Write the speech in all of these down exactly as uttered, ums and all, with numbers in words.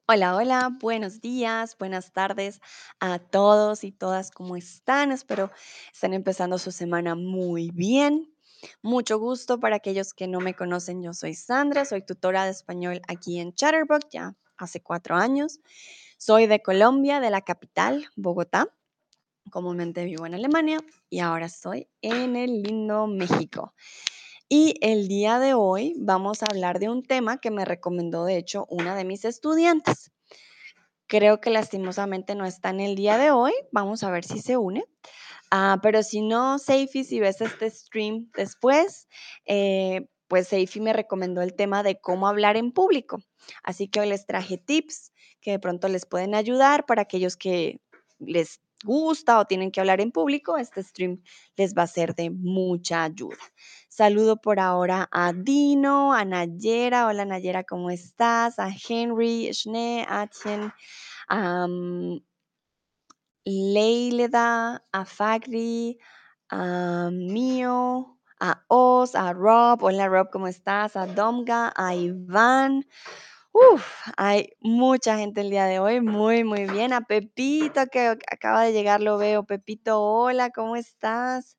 Hola, hola, buenos días, buenas tardes a todos y todas, ¿cómo están? Espero estén empezando su semana muy bien. Mucho gusto para aquellos que no me conocen, yo soy Sandra, soy tutora de español aquí en Chatterbox ya hace cuatro años. Soy de Colombia, de la capital, Bogotá. Comúnmente vivo en Alemania y ahora estoy en el lindo México. Y el día de hoy vamos a hablar de un tema que me recomendó, de hecho, una de mis estudiantes. Creo que lastimosamente no está en el día de hoy. Vamos a ver si se une. Ah, pero si no, Seifi, si ves este stream después, eh, pues Seifi me recomendó el tema de cómo hablar en público. Así que hoy les traje tips que de pronto les pueden ayudar para aquellos que les gusta o tienen que hablar en público. Este stream les va a ser de mucha ayuda. Saludo por ahora a Dino, a Nayera. Hola Nayera, ¿cómo estás? A Henry, Shne, Atien, a Leileda, a Fagri, a Mio, a Oz, a Rob. Hola Rob, ¿cómo estás? A Domga, a Iván. Uf, hay mucha gente el día de hoy. Muy, muy bien. A Pepito, que acaba de llegar, lo veo. Pepito, hola, ¿cómo estás?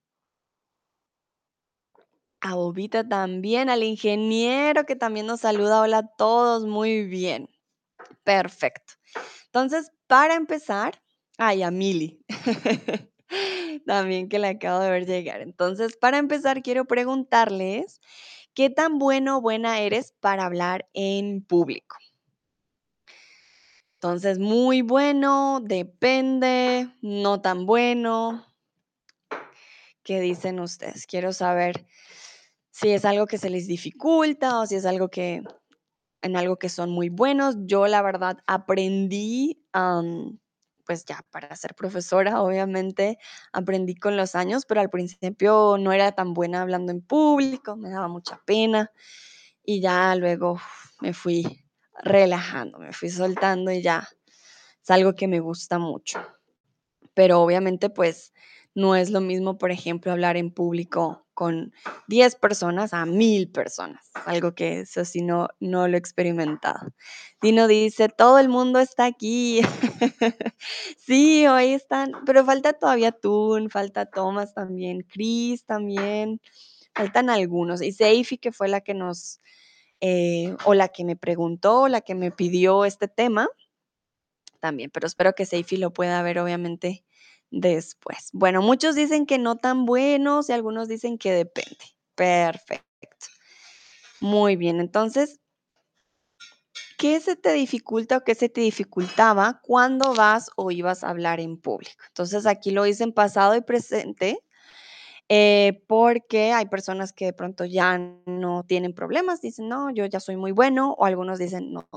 A Bobita también, al ingeniero que también nos saluda. Hola a todos, muy bien. Perfecto. Entonces, para empezar, ay, a Mili, también que la acabo de ver llegar. Entonces, para empezar, quiero preguntarles, ¿qué tan bueno o buena eres para hablar en público? Entonces, muy bueno, depende, no tan bueno. ¿Qué dicen ustedes? Quiero saber si es algo que se les dificulta o si es algo que en algo que son muy buenos. Yo, la verdad, aprendí, am, pues ya para ser profesora, obviamente, aprendí con los años, pero al principio no era tan buena hablando en público, me daba mucha pena y ya luego uf, me fui relajando, me fui soltando y ya es algo que me gusta mucho. Pero obviamente, pues, no es lo mismo, por ejemplo, hablar en público con diez personas a mil personas, algo que eso sí no no lo he experimentado. Dino dice: "Todo el mundo está aquí". Sí, hoy están, pero falta todavía Tun, falta Thomas también, Chris también, faltan algunos. Y Seifi, que fue la que nos, eh, o la que me preguntó, la que me pidió este tema, también, pero espero que Seifi lo pueda ver, obviamente, después. Bueno, muchos dicen que no tan buenos y algunos dicen que depende. Perfecto. Muy bien, entonces, ¿qué se te dificulta o qué se te dificultaba cuando vas o ibas a hablar en público? Entonces, aquí lo hice en pasado y presente, eh, porque hay personas que de pronto ya no tienen problemas, dicen, no, yo ya soy muy bueno, o algunos dicen, no,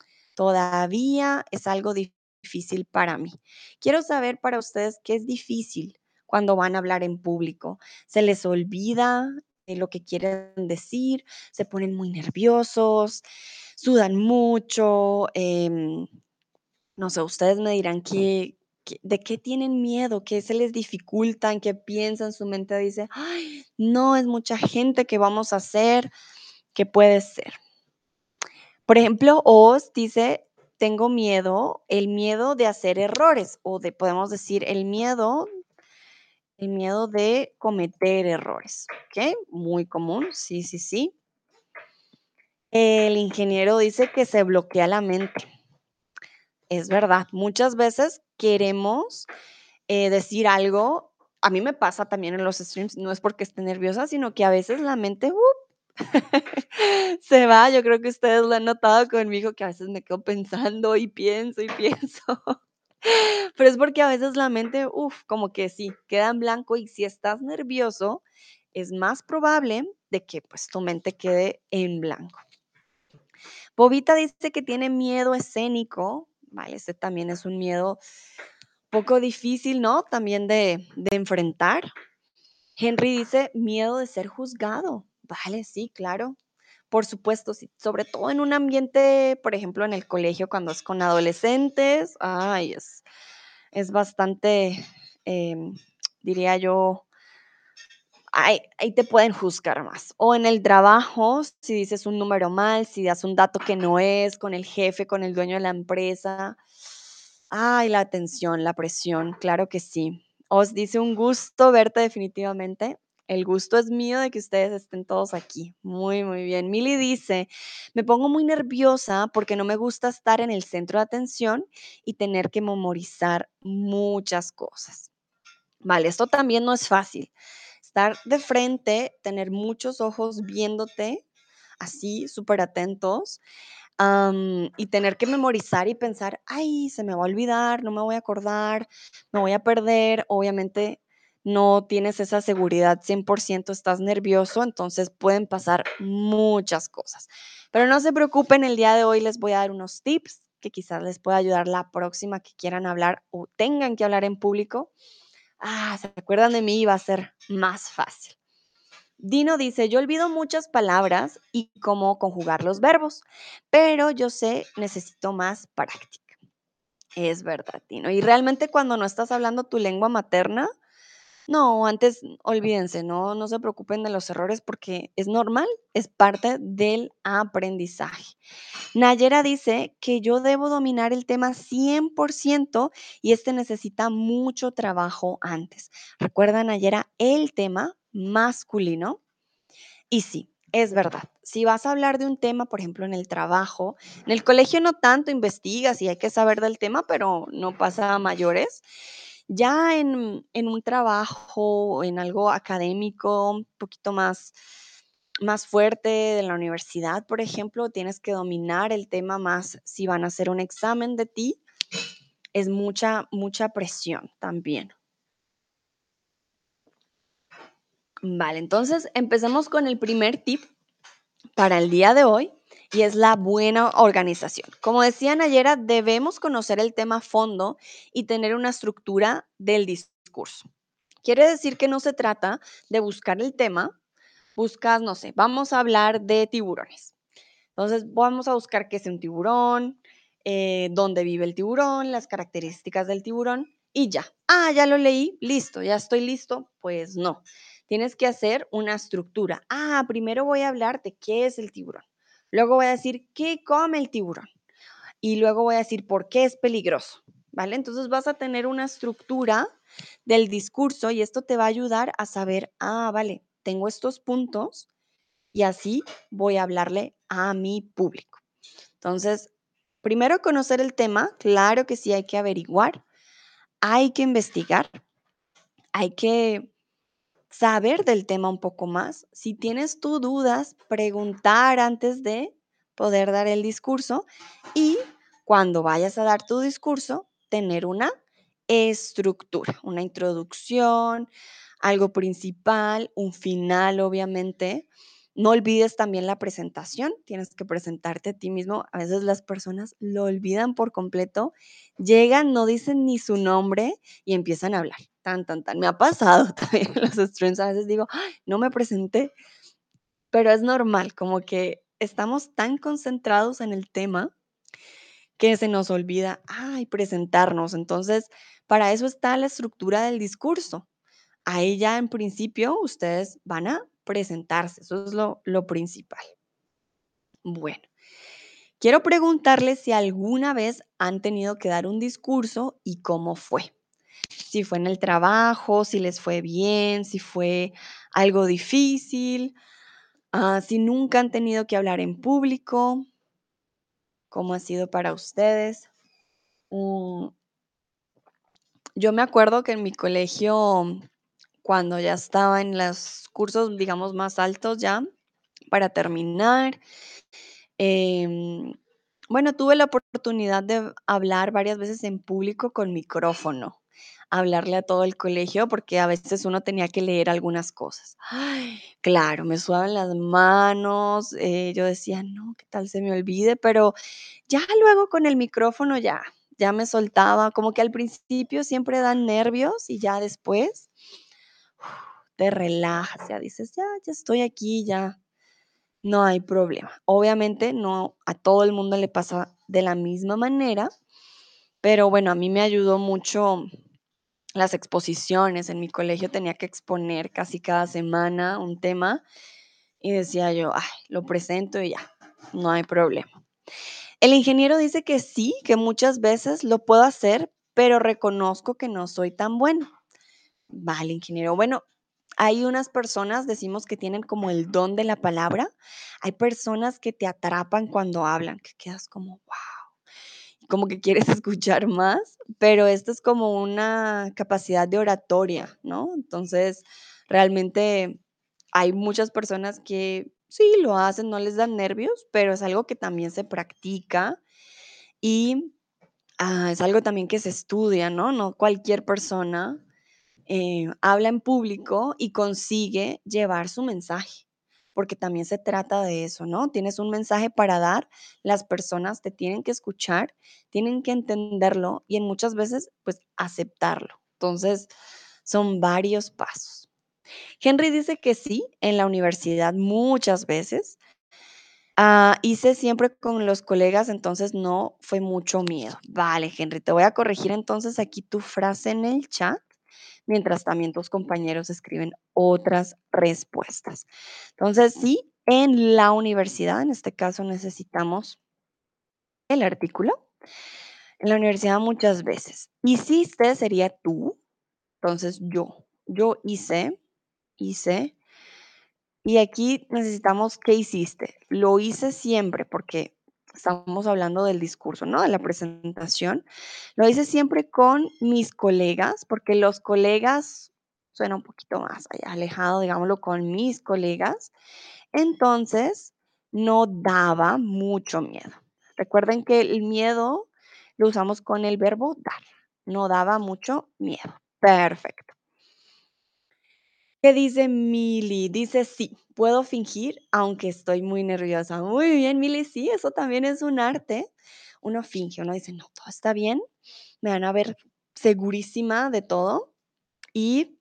todavía es algo difícil para mí. Quiero saber para ustedes qué es difícil cuando van a hablar en público. ¿Se les olvida eh, lo que quieren decir? ¿Se ponen muy nerviosos? ¿Sudan mucho? Em, no sé, ustedes me dirán qué, qué- de qué tienen miedo, qué se les dificulta, en qué piensan, su mente dice, ay, no, es mucha gente que vamos a hacer, ¿qué puede ser? Por ejemplo, Oz dice, tengo miedo, el miedo de hacer errores, o de, podemos decir, el miedo, el miedo de cometer errores, ¿ok? Muy común, sí, sí, sí. El ingeniero dice que se bloquea la mente. Es verdad, muchas veces queremos eh, decir algo. A mí me pasa también en los streams, no es porque esté nerviosa, sino que a veces la mente, se va, yo creo que ustedes lo han notado conmigo, que a veces me quedo pensando y pienso y pienso, pero es porque a veces la mente, uf, como que sí, queda en blanco y si estás nervioso, es más probable de que pues tu mente quede en blanco. Bobita dice que tiene miedo escénico, vale, ese también es un miedo poco difícil, ¿no? También de, de enfrentar. Henry dice miedo de ser juzgado, vale, sí, claro. Por supuesto, sí, sobre todo en un ambiente, por ejemplo, en el colegio, cuando es con adolescentes, ay, es, es bastante, em, diría yo, ahí ahí te pueden juzgar más. O en el trabajo, si dices un número mal, si das un dato que no es, con el jefe, con el dueño de la empresa. Ay, la tensión, la presión, claro que sí. Os dice: "Un gusto verte definitivamente. El gusto es mío de que ustedes estén todos aquí". Muy, muy bien. Mili dice: "Me pongo muy nerviosa porque no me gusta estar en el centro de atención y tener que memorizar muchas cosas". Vale, esto también no es fácil. Estar de frente, tener muchos ojos viéndote así, súper atentos, am, y tener que memorizar y pensar, ay, se me va a olvidar, no me voy a acordar, me voy a perder. Obviamente no tienes esa seguridad cien por ciento, estás nervioso, entonces pueden pasar muchas cosas. Pero no se preocupen, el día de hoy les voy a dar unos tips que quizás les pueda ayudar la próxima que quieran hablar o tengan que hablar en público. Ah, ¿se acuerdan de mí? Y va a ser más fácil. Dino dice, yo olvido muchas palabras y cómo conjugar los verbos, pero yo sé, necesito más práctica. Es verdad, Dino. Y realmente cuando no estás hablando tu lengua materna, no, antes olvídense, no, no se preocupen de los errores porque es normal, es parte del aprendizaje. Nayera dice que yo debo dominar el tema cien por ciento y este necesita mucho trabajo antes. Recuerda, Nayera, el tema masculino. Y sí, es verdad. Si vas a hablar de un tema, por ejemplo, en el trabajo, en el colegio no tanto investigas y hay que saber del tema, pero no pasa a mayores. Ya en, en un trabajo, en algo académico, un poquito más, más fuerte de la universidad, por ejemplo, tienes que dominar el tema más si van a hacer un examen de ti, es mucha, mucha presión también. Vale, entonces empecemos con el primer tip para el día de hoy y es la buena organización. Como decía Nayera, debemos conocer el tema a fondo y tener una estructura del discurso. Quiere decir que no se trata de buscar el tema, buscas, no sé, vamos a hablar de tiburones. Entonces vamos a buscar qué es un tiburón, eh, dónde vive el tiburón, las características del tiburón y ya. Ah, ya lo leí, listo, ya estoy listo. Pues no, tienes que hacer una estructura. Ah, primero voy a hablar de qué es el tiburón. Luego voy a decir qué come el tiburón. Y luego voy a decir por qué es peligroso. ¿Vale? Entonces vas a tener una estructura del discurso y esto te va a ayudar a saber, ah, vale, tengo estos puntos y así voy a hablarle a mi público. Entonces, primero conocer el tema, claro que sí hay que averiguar, hay que investigar, hay que saber del tema un poco más. Si tienes tú dudas, preguntar antes de poder dar el discurso y cuando vayas a dar tu discurso, tener una estructura, una introducción, algo principal, un final, obviamente. No olvides también la presentación, tienes que presentarte a ti mismo. A veces las personas lo olvidan por completo, llegan, no dicen ni su nombre y empiezan a hablar. Tan, tan, tan. Me ha pasado también en los streams, a veces digo: "Ay, no me presenté", pero es normal, como que estamos tan concentrados en el tema que se nos olvida, ay, presentarnos. Entonces, para eso está la estructura del discurso. Ahí ya en principio ustedes van a presentarse, eso es lo, lo principal. Bueno, quiero preguntarles si alguna vez han tenido que dar un discurso y cómo fue. Si fue en el trabajo, si les fue bien, si fue algo difícil, ah, si nunca han tenido que hablar en público, ¿cómo ha sido para ustedes? Mm, yo me acuerdo que en mi colegio, cuando ya estaba en los cursos, digamos, más altos ya, para terminar, em, bueno, tuve la oportunidad de hablar varias veces en público con micrófono, hablarle a todo el colegio, porque a veces uno tenía que leer algunas cosas. Ay, claro, me sudaban las manos, eh, yo decía, no, ¿qué tal se me olvide? Pero ya luego con el micrófono ya, ya me soltaba, como que al principio siempre dan nervios y ya después te relajas, ya dices, ya, ya estoy aquí, ya, no hay problema. Obviamente no a todo el mundo le pasa de la misma manera, pero bueno, a mí me ayudó mucho las exposiciones. En mi colegio tenía que exponer casi cada semana un tema y decía yo: "Ay, lo presento y ya, no hay problema". El ingeniero dice que sí, que muchas veces lo puedo hacer, pero reconozco que no soy tan bueno. Vale, ingeniero. Bueno, hay unas personas, decimos que tienen como el don de la palabra. Hay personas que te atrapan cuando hablan, que quedas como, wow, como que quieres escuchar más, pero esto es como una capacidad de oratoria, ¿no? Entonces, realmente hay muchas personas que sí lo hacen, no les dan nervios, pero es algo que también se practica y ah, es algo también que se estudia, ¿no? No cualquier persona eh, habla en público y consigue llevar su mensaje, porque también se trata de eso, ¿no? Tienes un mensaje para dar, las personas te tienen que escuchar, tienen que entenderlo y en muchas veces, pues, aceptarlo. Entonces, son varios pasos. Henry dice que sí, en la universidad muchas veces. Ah, hice siempre con los colegas, entonces no fue mucho miedo. Vale, Henry, te voy a corregir entonces aquí tu frase en el chat mientras también tus compañeros escriben otras respuestas. Entonces, sí, en la universidad, en este caso necesitamos el artículo. En la universidad muchas veces. Hiciste sería tú, entonces yo. Yo hice, hice. Y aquí necesitamos qué hiciste. Lo hice siempre porque estamos hablando del discurso, ¿no? De la presentación. Lo hice siempre con mis colegas, porque los colegas suena un poquito más allá, alejado, digámoslo, con mis colegas. Entonces, no daba mucho miedo. Recuerden que el miedo lo usamos con el verbo dar. No daba mucho miedo. Perfecto. ¿Qué dice Mili? Dice: "Sí, puedo fingir, aunque estoy muy nerviosa". Muy bien, Mili, sí, eso también es un arte. Uno finge, uno dice: "No, todo está bien, me van a ver segurísima de todo", y,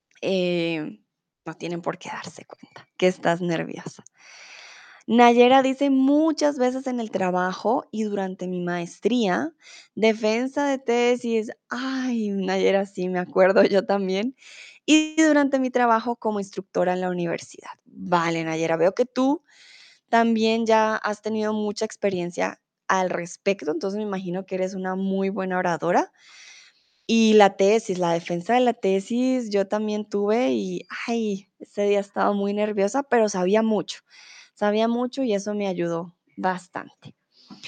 eh, no tienen por qué darse cuenta que estás nerviosa. Nayera dice: "Muchas veces en el trabajo y durante mi maestría, defensa de tesis". Ay, Nayera, sí, me acuerdo, yo también. Y durante mi trabajo como instructora en la universidad. Vale, Nayera, veo que tú también ya has tenido mucha experiencia al respecto, entonces me imagino que eres una muy buena oradora. Y la tesis, la defensa de la tesis, yo también tuve y, ay, ese día estaba muy nerviosa, pero sabía mucho, sabía mucho y eso me ayudó bastante.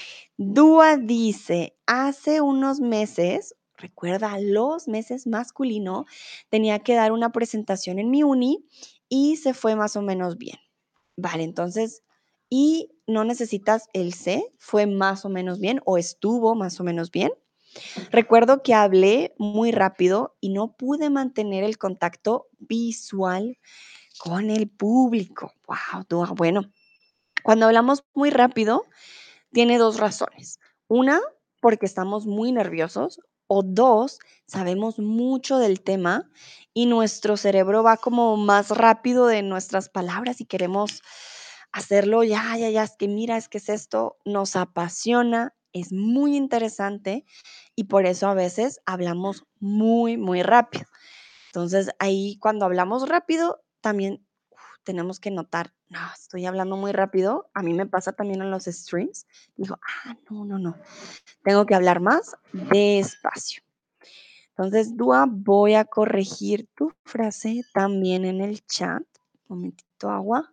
Dúa dice, hace unos meses, recuerda, los meses masculino, tenía que dar una presentación en mi uni y se fue más o menos bien. Vale, entonces, y no necesitas el C, fue más o menos bien o estuvo más o menos bien. Recuerdo que hablé muy rápido y no pude mantener el contacto visual con el público. Wow, Dúa. Bueno, cuando hablamos muy rápido, tiene dos razones. Una, porque estamos muy nerviosos. O dos, sabemos mucho del tema y nuestro cerebro va como más rápido de nuestras palabras y queremos hacerlo ya, ya, ya. Es que mira, es que es esto, nos apasiona, es muy interesante y por eso a veces hablamos muy, muy rápido. Entonces ahí cuando hablamos rápido, también tenemos que notar, no, estoy hablando muy rápido. A mí me pasa también en los streams. Digo, ah, no, no, no, tengo que hablar más despacio. Entonces, Dúa, voy a corregir tu frase también en el chat. Un momentito, agua.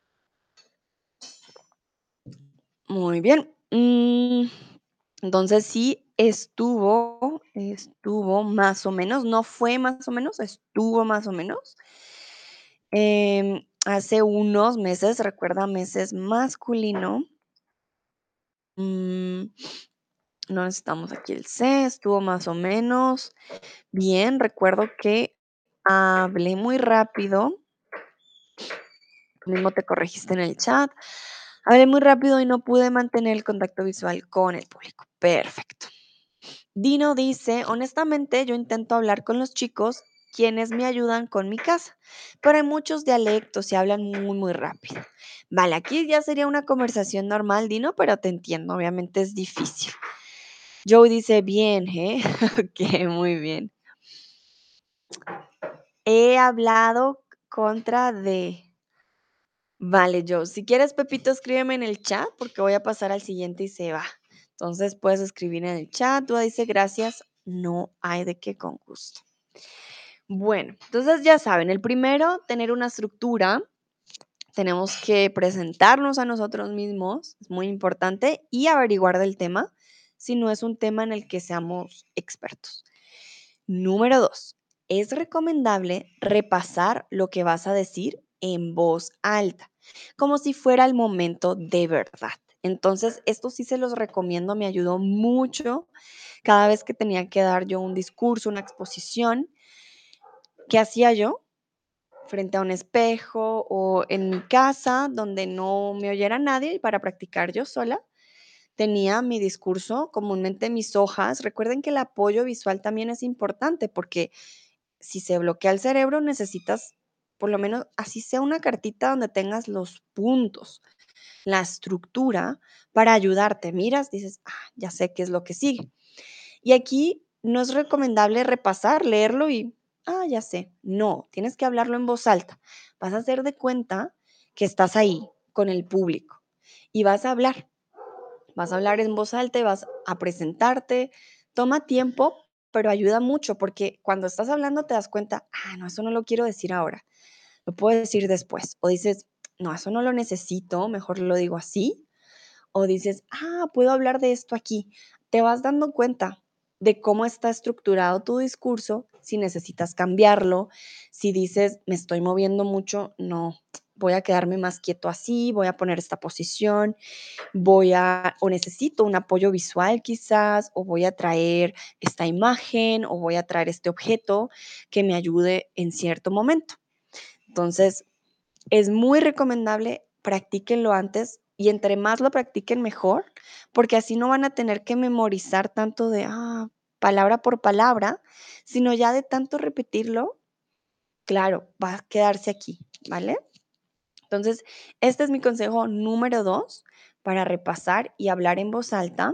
Muy bien. Mm, entonces, sí, estuvo, estuvo más o menos, no fue más o menos, estuvo más o menos. Em, hace unos meses, recuerda, meses masculino. Mm, no necesitamos aquí el C, estuvo más o menos bien. Recuerdo que hablé muy rápido, tú mismo te corregiste en el chat. Hablé muy rápido y no pude mantener el contacto visual con el público. Perfecto. Dino dice, honestamente yo intento hablar con los chicos quienes me ayudan con mi casa, pero hay muchos dialectos y hablan muy, muy rápido. Vale, aquí ya sería una conversación normal, Dino, pero te entiendo, obviamente es difícil. Joe dice, bien, ¿eh? Ok, muy bien. He hablado contra de. Vale, yo. Si quieres, Pepito, escríbeme en el chat porque voy a pasar al siguiente y se va. Entonces puedes escribir en el chat. Tú dice gracias. No hay de qué, con gusto. Bueno, entonces ya saben, el primero, tener una estructura. Tenemos que presentarnos a nosotros mismos, es muy importante, y averiguar del tema si no es un tema en el que seamos expertos. Número dos, es recomendable repasar lo que vas a decir en voz alta, como si fuera el momento de verdad. Entonces, esto sí se los recomiendo, me ayudó mucho cada vez que tenía que dar yo un discurso, una exposición. ¿Qué hacía yo? Frente a un espejo o en mi casa donde no me oyera nadie y para practicar yo sola. Tenía mi discurso, comúnmente mis hojas. Recuerden que el apoyo visual también es importante porque si se bloquea el cerebro necesitas por lo menos así sea una cartita donde tengas los puntos, la estructura para ayudarte. Miras, dices, ah, ya sé qué es lo que sigue. Y aquí no es recomendable repasar, leerlo y, ah, ya sé. No, tienes que hablarlo en voz alta. Vas a hacer de cuenta que estás ahí con el público y vas a hablar. Vas a hablar en voz alta y vas a presentarte. Toma tiempo, pero ayuda mucho porque cuando estás hablando te das cuenta, ah, no, eso no lo quiero decir ahora. Lo puedo decir después. O dices, no, eso no lo necesito, mejor lo digo así. O dices, ah, puedo hablar de esto aquí. Te vas dando cuenta de cómo está estructurado tu discurso, si necesitas cambiarlo, si dices, me estoy moviendo mucho, no, voy a quedarme más quieto así, voy a poner esta posición, voy a, o necesito un apoyo visual quizás, o voy a traer esta imagen, o voy a traer este objeto que me ayude en cierto momento. Entonces, es muy recomendable, practíquenlo antes y entre más lo practiquen mejor, porque así no van a tener que memorizar tanto de ah, palabra por palabra, sino ya de tanto repetirlo, claro, va a quedarse aquí, ¿vale? Entonces, este es mi consejo número dos para repasar y hablar en voz alta.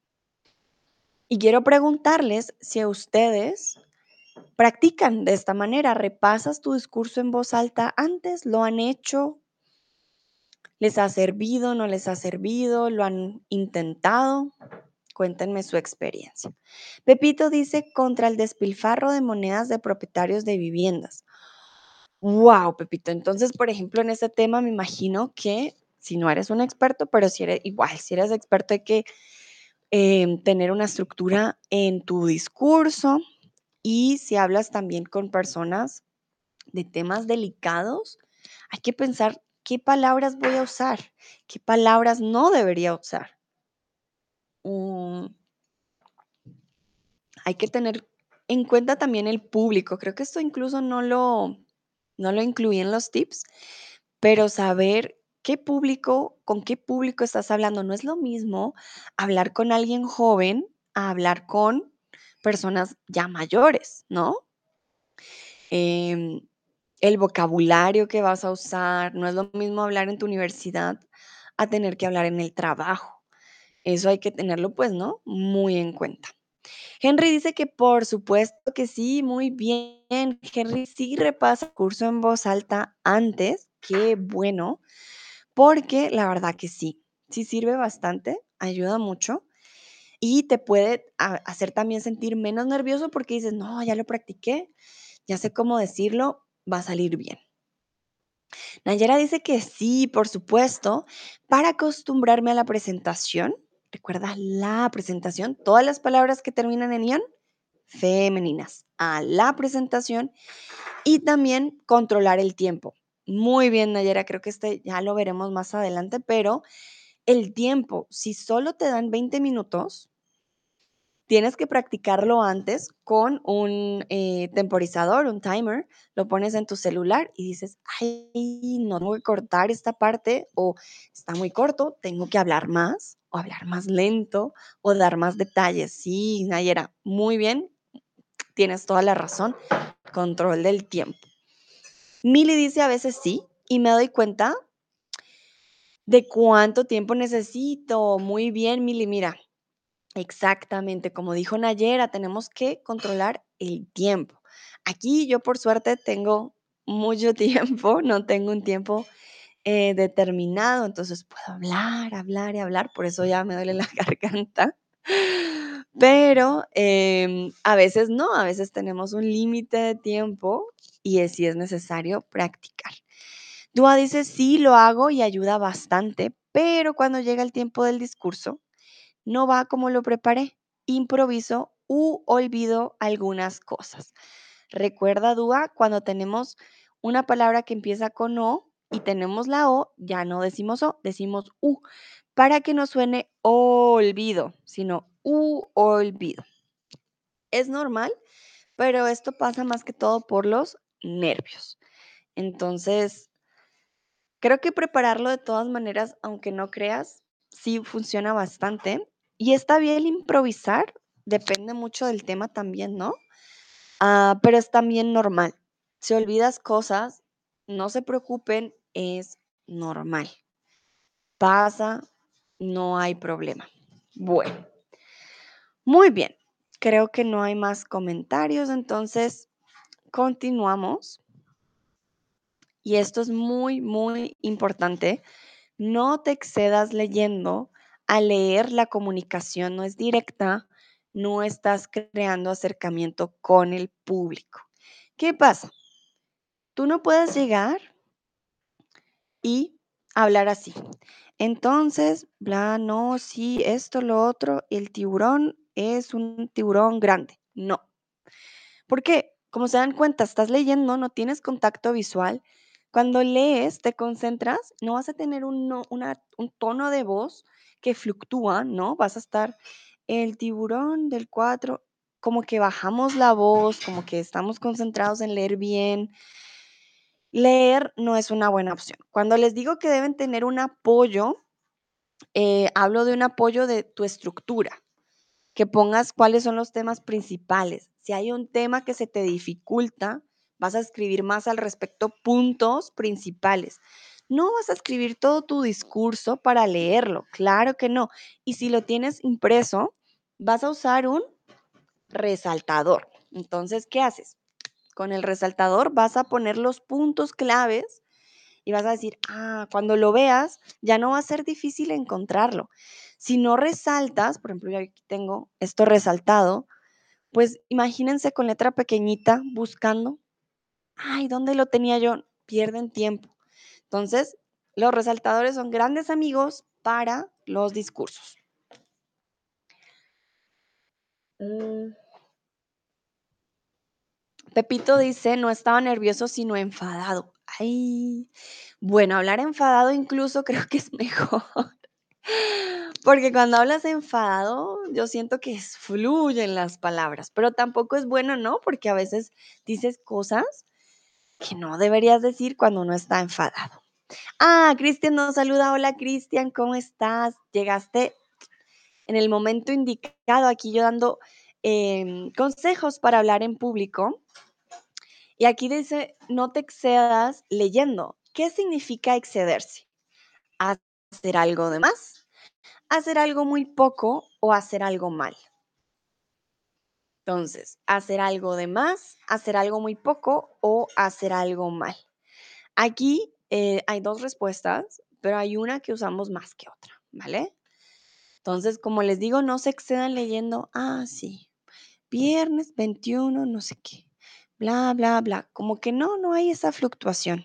Y quiero preguntarles si a ustedes practican de esta manera, repasas tu discurso en voz alta antes, lo han hecho. ¿Les ha servido? ¿No les ha servido? ¿Lo han intentado? Cuéntenme su experiencia. Pepito dice contra el despilfarro de monedas de propietarios de viviendas. Wow, Pepito. Entonces, por ejemplo, en ese tema me imagino que si no eres un experto, pero si eres igual, si eres experto hay que eh, tener una estructura en tu discurso y si hablas también con personas de temas delicados, hay que pensar qué palabras voy a usar, qué palabras no debería usar. Mm, hay que tener en cuenta también el público. Creo que esto incluso no lo, no lo incluí en los tips, pero saber qué público, con qué público estás hablando. No es lo mismo hablar con alguien joven a hablar con personas ya mayores, ¿no? Em, el vocabulario que vas a usar, no es lo mismo hablar en tu universidad a tener que hablar en el trabajo. Eso hay que tenerlo, pues, ¿no? Muy en cuenta. Henry dice que por supuesto que sí, muy bien. Henry sí repasa el curso en voz alta antes, qué bueno, porque la verdad que sí, sí sirve bastante, ayuda mucho y te puede a- hacer también sentir menos nervioso porque dices, no, ya lo practiqué, ya sé cómo decirlo, va a salir bien. Nayera dice que sí, por supuesto, para acostumbrarme a la presentación. ¿Recuerdas la presentación? Todas las palabras que terminan en ion, femeninas, a la presentación y también controlar el tiempo. Muy bien, Nayera, creo que este ya lo veremos más adelante, pero el tiempo, si solo te dan veinte minutos, tienes que practicarlo antes con un eh, temporizador, un timer, lo pones en tu celular y dices, ay, no tengo que cortar esta parte o está muy corto, tengo que hablar más o hablar más lento o dar más detalles. Sí, Nayera, muy bien, tienes toda la razón, control del tiempo. Mili dice a veces sí y me doy cuenta de cuánto tiempo necesito. Muy bien, Mili, mira. Exactamente, como dijo Nayera, tenemos que controlar el tiempo. Aquí yo por suerte tengo mucho tiempo, no tengo un tiempo eh, determinado, entonces puedo hablar, hablar y hablar, por eso ya me duele la garganta. Pero em, a veces no, a veces tenemos un límite de tiempo y es, sí es necesario practicar. Dúa dice, sí, lo hago y ayuda bastante, pero cuando llega el tiempo del discurso, no va como lo preparé, improviso u olvido algunas cosas. Recuerda, Dúa, cuando tenemos una palabra que empieza con O y tenemos la O, ya no decimos O, decimos U, para que no suene olvido, sino U olvido. Es normal, pero esto pasa más que todo por los nervios. Entonces, creo que prepararlo de todas maneras, aunque no creas, sí funciona bastante. Y está bien improvisar, depende mucho del tema también, ¿no? Ah, pero es también normal. Si olvidas cosas, no se preocupen, es normal. Pasa, no hay problema. Bueno, muy bien. Creo que no hay más comentarios, entonces continuamos. Y esto es muy, muy importante. No te excedas leyendo. Al leer, la comunicación no es directa, no estás creando acercamiento con el público. ¿Qué pasa? Tú no puedes llegar y hablar así. Entonces, bla, no, sí, esto, lo otro, el tiburón es un tiburón grande. No. ¿Por qué? Como se dan cuenta, estás leyendo, no tienes contacto visual. Cuando lees, te concentras, no vas a tener un, no- una- un tono de voz que fluctúa, ¿no? Vas a estar el tiburón del cuatro, como que bajamos la voz, como que estamos concentrados en leer bien. Leer no es una buena opción. Cuando les digo que deben tener un apoyo, eh, hablo de un apoyo de tu estructura, que pongas cuáles son los temas principales. Si hay un tema que se te dificulta, vas a escribir más al respecto puntos principales. No vas a escribir todo tu discurso para leerlo, claro que no. Y si lo tienes impreso, vas a usar un resaltador. Entonces, ¿qué haces? Con el resaltador vas a poner los puntos claves y vas a decir, ah, cuando lo veas, ya no va a ser difícil encontrarlo. Si no resaltas, por ejemplo, yo aquí tengo esto resaltado, pues imagínense con letra pequeñita buscando, ay, ¿dónde lo tenía yo? Pierden tiempo. Entonces, los resaltadores son grandes amigos para los discursos. Mm, Pepito dice, no estaba nervioso, sino enfadado. Ay, bueno, hablar enfadado incluso creo que es mejor. Porque cuando hablas enfadado, yo siento que es- fluyen las palabras, pero tampoco es bueno, ¿no? Porque a veces dices cosas que no deberías decir cuando uno está enfadado. Ah, Cristian nos saluda. Hola, Cristian, ¿cómo estás? Llegaste en el momento indicado, aquí yo dando em, consejos para hablar en público. Y aquí dice, no te excedas leyendo. ¿Qué significa excederse? Hacer algo de más, hacer algo muy poco o hacer algo mal. Entonces, hacer algo de más, hacer algo muy poco o hacer algo mal. Aquí eh, hay dos respuestas, pero hay una que usamos más que otra, ¿vale? Entonces, como les digo, no se excedan leyendo, ah, sí, viernes veintiuno, no sé qué, bla, bla, bla. Como que no, no hay esa fluctuación.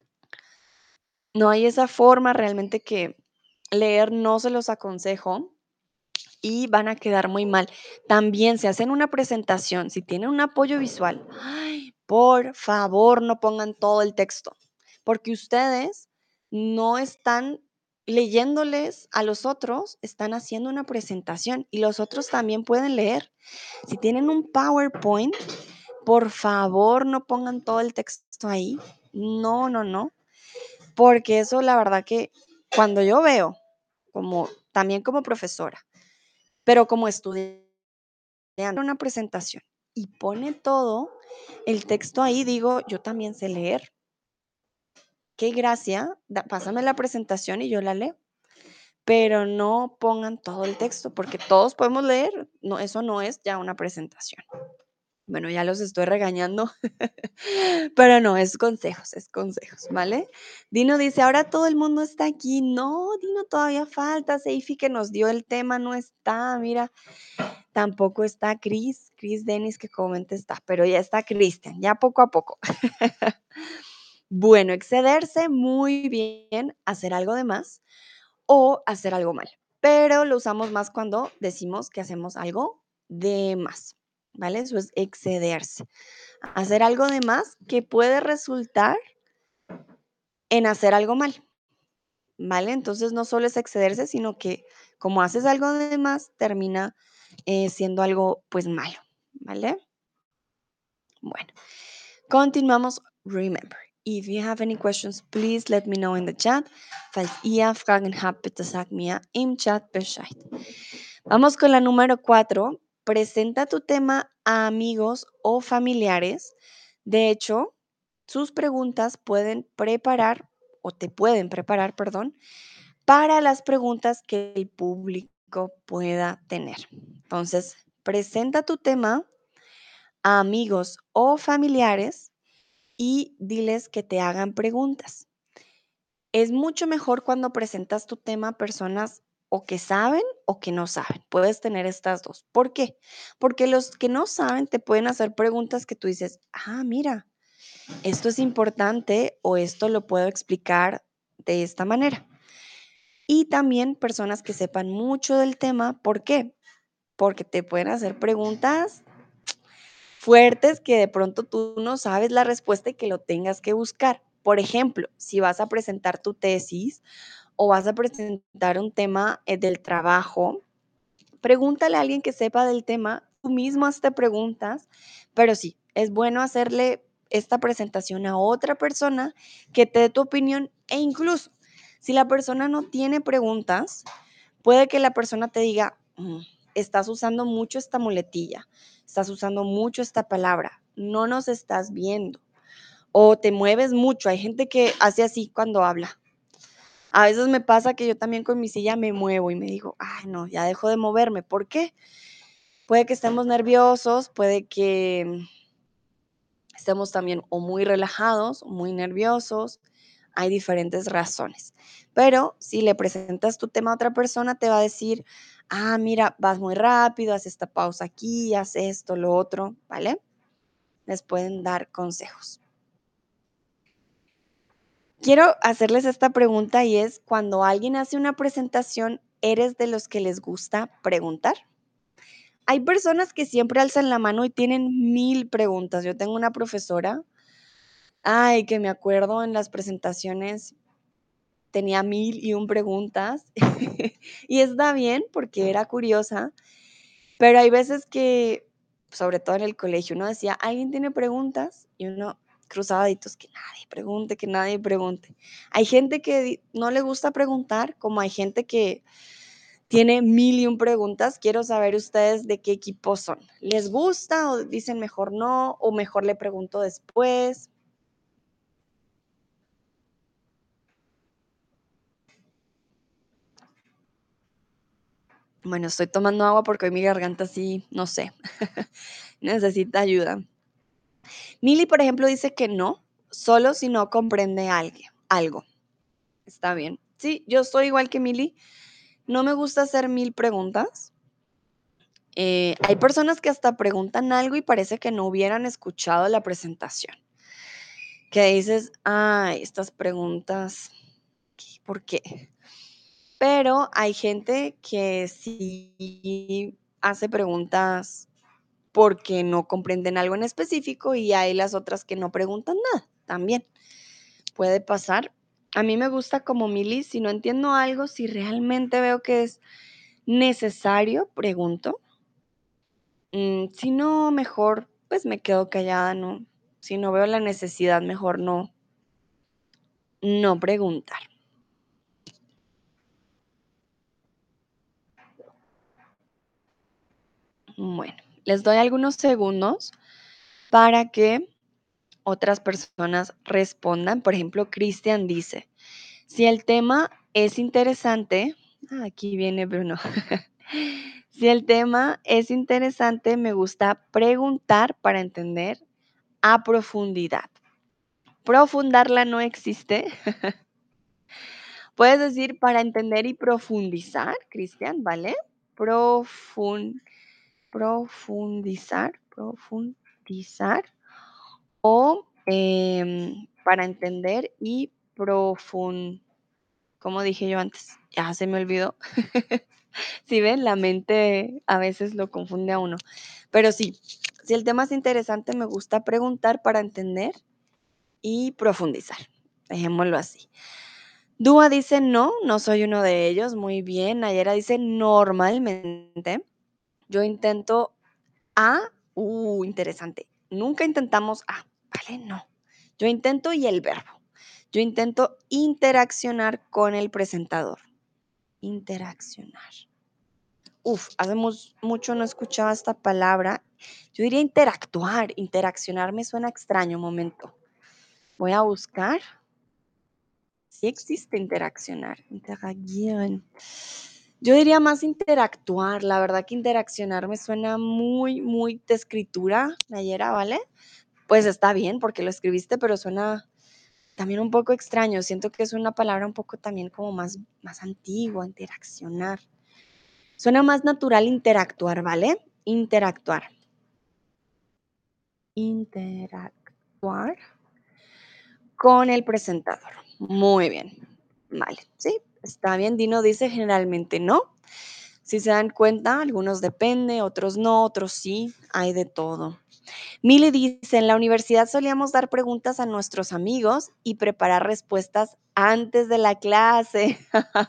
No hay esa forma realmente que leer no se los aconsejo y van a quedar muy mal. También si hacen una presentación, si tienen un apoyo visual, ay, por favor no pongan todo el texto, porque ustedes no están leyéndoles a los otros, están haciendo una presentación y los otros también pueden leer. Si tienen un PowerPoint, por favor no pongan todo el texto ahí. No, no, no, porque eso la verdad que cuando yo veo, como también como profesora, pero como estudiante, una presentación y pone todo el texto ahí, digo, yo también sé leer. Qué gracia, da- pásame la presentación y yo la leo, pero no pongan todo el texto porque todos podemos leer, no, eso no es ya una presentación. Bueno, ya los estoy regañando, pero no, es consejos, es consejos, ¿vale? Dino dice, ahora todo el mundo está aquí. No, Dino, todavía falta. Seifi que nos dio el tema no está, mira, tampoco está Chris, Chris Dennis que comente está, pero ya está Cristian, ya poco a poco. Bueno, excederse muy bien, hacer algo de más o hacer algo mal, pero lo usamos más cuando decimos que hacemos algo de más, ¿vale? Eso es excederse. Hacer algo de más que puede resultar en hacer algo mal, ¿vale? Entonces no solo es excederse, sino que como haces algo de más, termina eh, siendo algo pues malo, ¿vale? Bueno, continuamos. Remember, if you have any questions, please let me know in the chat. Falls ihr Fragen habt, bitte sagt mir im Chat Bescheid. Vamos con la número cuatro. Presenta tu tema a amigos o familiares. De hecho, sus preguntas pueden preparar o te pueden preparar, perdón, para las preguntas que el público pueda tener. Entonces, presenta tu tema a amigos o familiares y diles que te hagan preguntas. Es mucho mejor cuando presentas tu tema a personas o que saben o que no saben. Puedes tener estas dos. ¿Por qué? Porque los que no saben te pueden hacer preguntas que tú dices, ah, mira, esto es importante o esto lo puedo explicar de esta manera. Y también personas que sepan mucho del tema. ¿Por qué? Porque te pueden hacer preguntas fuertes que de pronto tú no sabes la respuesta y que lo tengas que buscar. Por ejemplo, si vas a presentar tu tesis o vas a presentar un tema eh, del trabajo, pregúntale a alguien que sepa del tema, tú mismo hazte preguntas, pero sí, es bueno hacerle esta presentación a otra persona que te dé tu opinión e incluso si la persona no tiene preguntas, puede que la persona te diga, "Mm, estás usando mucho esta muletilla, estás usando mucho esta palabra, no nos estás viendo o te mueves mucho". Hay gente que hace así cuando habla. A veces me pasa que yo también con mi silla me muevo y me digo, ay, no, ya dejo de moverme. ¿Por qué? Puede que estemos nerviosos, puede que estemos también o muy relajados, o muy nerviosos. Hay diferentes razones. Pero si le presentas tu tema a otra persona, te va a decir, ah, mira, vas muy rápido, haz esta pausa aquí, haz esto, lo otro, ¿vale? Les pueden dar consejos. Quiero hacerles esta pregunta y es, cuando alguien hace una presentación, ¿eres de los que les gusta preguntar? Hay personas que siempre alzan la mano y tienen mil preguntas. Yo tengo una profesora, ay, que me acuerdo en las presentaciones tenía mil y un preguntas y está bien porque era curiosa, pero hay veces que, sobre todo en el colegio, uno decía, ¿alguien tiene preguntas? Y uno cruzaba deditos, que nadie pregunte, que nadie pregunte. Hay gente que di- no le gusta preguntar, como hay gente que tiene mil y un preguntas. Quiero saber ustedes de qué equipo son. ¿Les gusta o dicen mejor no o mejor le pregunto después? Bueno, estoy tomando agua porque hoy mi garganta sí, no sé, necesita ayuda. Mili, por ejemplo, dice que no, solo si no comprende alguien, algo. Está bien. Sí, yo soy igual que Mili. No me gusta hacer mil preguntas. Eh, hay personas que hasta preguntan algo y parece que no hubieran escuchado la presentación. Que dices, ay, estas preguntas, ¿qué- ¿por qué? Pero hay gente que sí hace preguntas porque no comprenden algo en específico y hay las otras que no preguntan nada, también puede pasar. A mí me gusta como Mili, si no entiendo algo, si realmente veo que es necesario, pregunto. Mm, si no, mejor pues me quedo callada, ¿no? Si no veo la necesidad, mejor no, no preguntar. Bueno, les doy algunos segundos para que otras personas respondan. Por ejemplo, Cristian dice, si el tema es interesante, ah, aquí viene Bruno, Si el tema es interesante, me gusta preguntar para entender a profundidad. Profundarla no existe. Puedes decir para entender y profundizar, Cristian, ¿vale? Profun, profundizar, profundizar o em, para entender y profund, como dije yo antes, ya se me olvidó. Si ven, la mente a veces lo confunde a uno. Pero sí, si el tema es interesante, me gusta preguntar para entender y profundizar. Dejémoslo así. Dúa dice no, no soy uno de ellos. Muy bien. Nayera dice normalmente. Yo intento a. Uh, interesante. Nunca intentamos a, ¿vale? No. Yo intento y el verbo. Yo intento interaccionar con el presentador. Interaccionar. Uf, hace mus- mucho no escuchaba esta palabra. Yo diría interactuar. Interaccionar me suena extraño. Un momento. Voy a buscar. Sí existe interaccionar. Interagieren. Yo diría más interactuar. La verdad que interaccionar me suena muy, muy de escritura, Nayera, ¿vale? Pues está bien porque lo escribiste, pero suena también un poco extraño. Siento que es una palabra un poco también como más, más antigua, interaccionar. Suena más natural interactuar, ¿vale? Interactuar. Interactuar con el presentador. Muy bien. Vale, sí, está bien. Dino dice generalmente no. Si se dan cuenta, algunos depende, otros no, otros sí, hay de todo. Mili dice, en la universidad solíamos dar preguntas a nuestros amigos y preparar respuestas antes de la clase.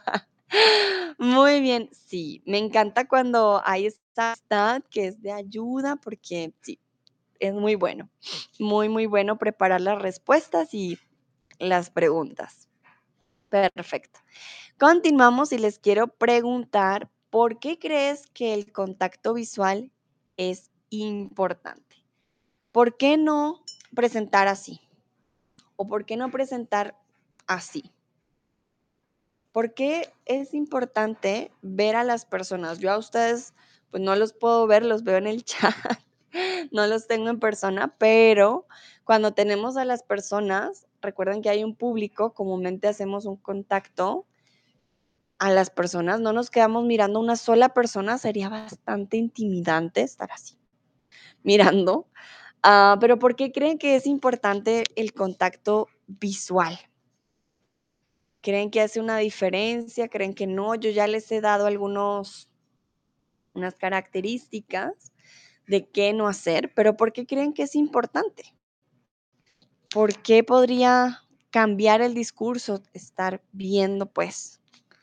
Muy bien, sí, me encanta cuando hay esta amistad que es de ayuda porque sí, es muy bueno, muy, muy bueno preparar las respuestas y las preguntas. Perfecto. Continuamos y les quiero preguntar, ¿por qué crees que el contacto visual es importante? ¿Por qué no presentar así? ¿O por qué no presentar así? ¿Por qué es importante ver a las personas? Yo a ustedes, pues no los puedo ver, los veo en el chat, no los tengo en persona, pero cuando tenemos a las personas, recuerden que hay un público, comúnmente hacemos un contacto a las personas, no nos quedamos mirando a una sola persona, sería bastante intimidante estar así, mirando. Ah, pero ¿por qué creen que es importante el contacto visual? ¿Creen que hace una diferencia? ¿Creen que no? Yo ya les he dado algunos, unas características de qué no hacer, pero ¿por qué creen que es importante? ¿Por qué podría cambiar el discurso, estar viendo, pues?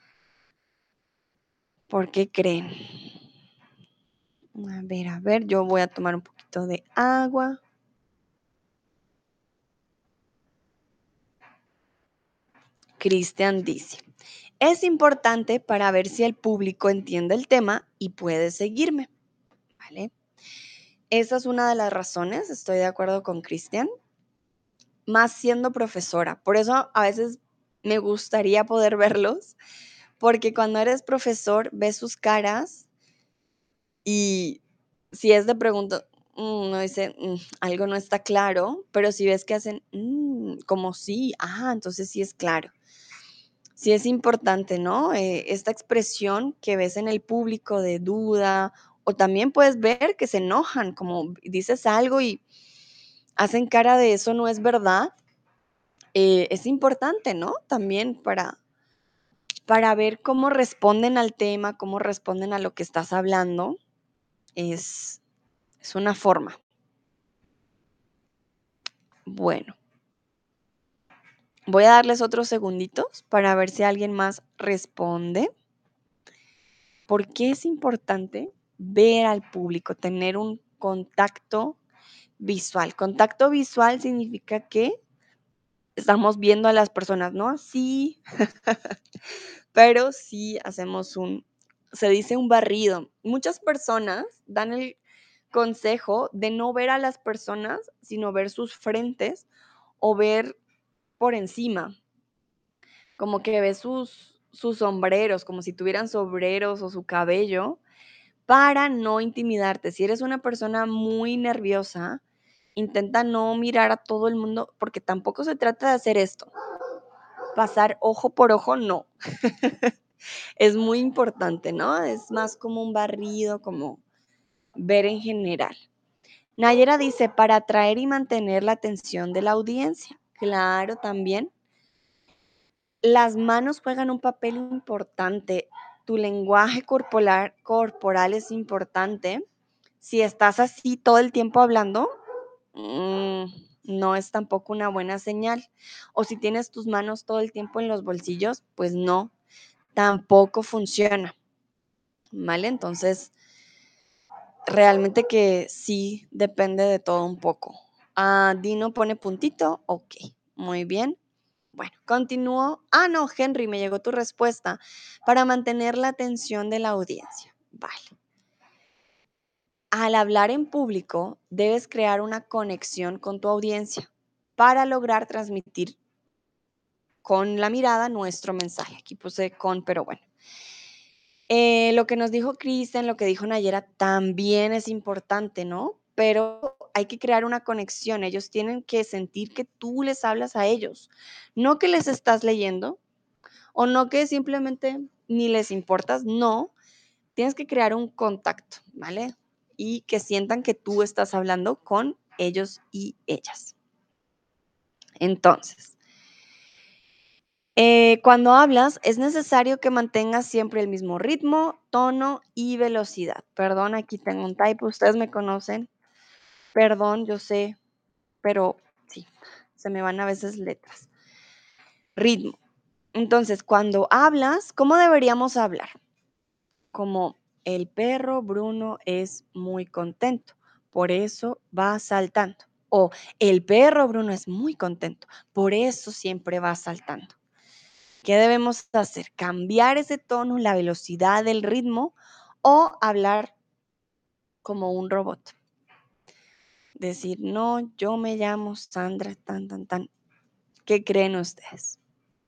¿Por qué creen? A ver, a ver, yo voy a tomar un poquito de agua. Cristian dice, es importante para ver si el público entiende el tema y puede seguirme, ¿vale? Esa es una de las razones, estoy de acuerdo con Cristian, más siendo profesora. Por eso a veces me gustaría poder verlos, porque cuando eres profesor ves sus caras y si es de pregunta, mm, no dice, "Mm, algo no está claro", pero si ves que hacen, "Mm", como sí, ah, entonces sí es claro. Sí es importante, ¿no? Eh, esta expresión que ves en el público de duda, o también puedes ver que se enojan, como dices algo y hacen cara de eso no es verdad. Eh, es importante, ¿no? También para, para ver cómo responden al tema, cómo responden a lo que estás hablando. Es, es una forma. Bueno, voy a darles otros segunditos para ver si alguien más responde. ¿Por qué es importante ver al público, tener un contacto visual? Contacto visual significa que estamos viendo a las personas, no así, pero sí hacemos un, se dice un barrido. Muchas personas dan el consejo de no ver a las personas, sino ver sus frentes o ver por encima, como que ve sus, sus sombreros, como si tuvieran sombreros o su cabello, para no intimidarte. Si eres una persona muy nerviosa, intenta no mirar a todo el mundo, porque tampoco se trata de hacer esto, pasar ojo por ojo, no. Es muy importante, ¿no? Es más como un barrido, como ver en general. Nayera dice, para atraer y mantener la atención de la audiencia. Claro, también. Las manos juegan un papel importante. Tu lenguaje corporal, corporal es importante. Si estás así todo el tiempo hablando, mm, no es tampoco una buena señal. O si tienes tus manos todo el tiempo en los bolsillos, pues no, tampoco funciona. ¿Vale? Entonces, realmente que sí depende de todo un poco. Ah, Dino pone puntito, ok, muy bien. Bueno, continúo. Ah, no, Henry, me llegó tu respuesta. Para mantener la atención de la audiencia. Vale. Al hablar en público, debes crear una conexión con tu audiencia para lograr transmitir con la mirada nuestro mensaje. Aquí puse con, pero bueno. Eh, lo que nos dijo Kristen, lo que dijo Nayera, también es importante, ¿no? Pero hay que crear una conexión. Ellos tienen que sentir que tú les hablas a ellos, no que les estás leyendo o no que simplemente ni les importas, no. Tienes que crear un contacto, ¿vale? Y que sientan que tú estás hablando con ellos y ellas. Entonces, Eh, cuando hablas, es necesario que mantengas siempre el mismo ritmo, tono y velocidad. Perdón, aquí tengo un typo, ustedes me conocen. Perdón, yo sé, pero sí, se me van a veces letras. Ritmo. Entonces, cuando hablas, ¿cómo deberíamos hablar? Como el perro Bruno es muy contento, por eso va saltando. O el perro Bruno es muy contento, por eso siempre va saltando. ¿Qué debemos hacer? ¿Cambiar ese tono, la velocidad del ritmo o hablar como un robot? Decir, no, yo me llamo Sandra, tan, tan, tan. ¿Qué creen ustedes?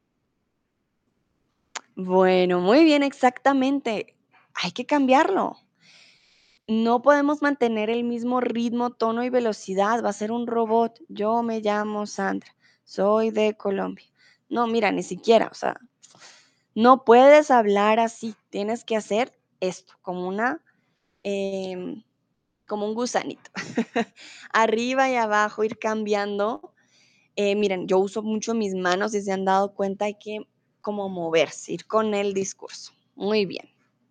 Bueno, muy bien, exactamente. Hay que cambiarlo. No podemos mantener el mismo ritmo, tono y velocidad. Va a ser un robot. Yo me llamo Sandra, soy de Colombia. No, mira, ni siquiera, o sea, no puedes hablar así. Tienes que hacer esto, como una em, como un gusanito. Arriba y abajo, ir cambiando. Eh, miren, yo uso mucho mis manos y se han dado cuenta, hay que como moverse, ir con el discurso. Muy bien.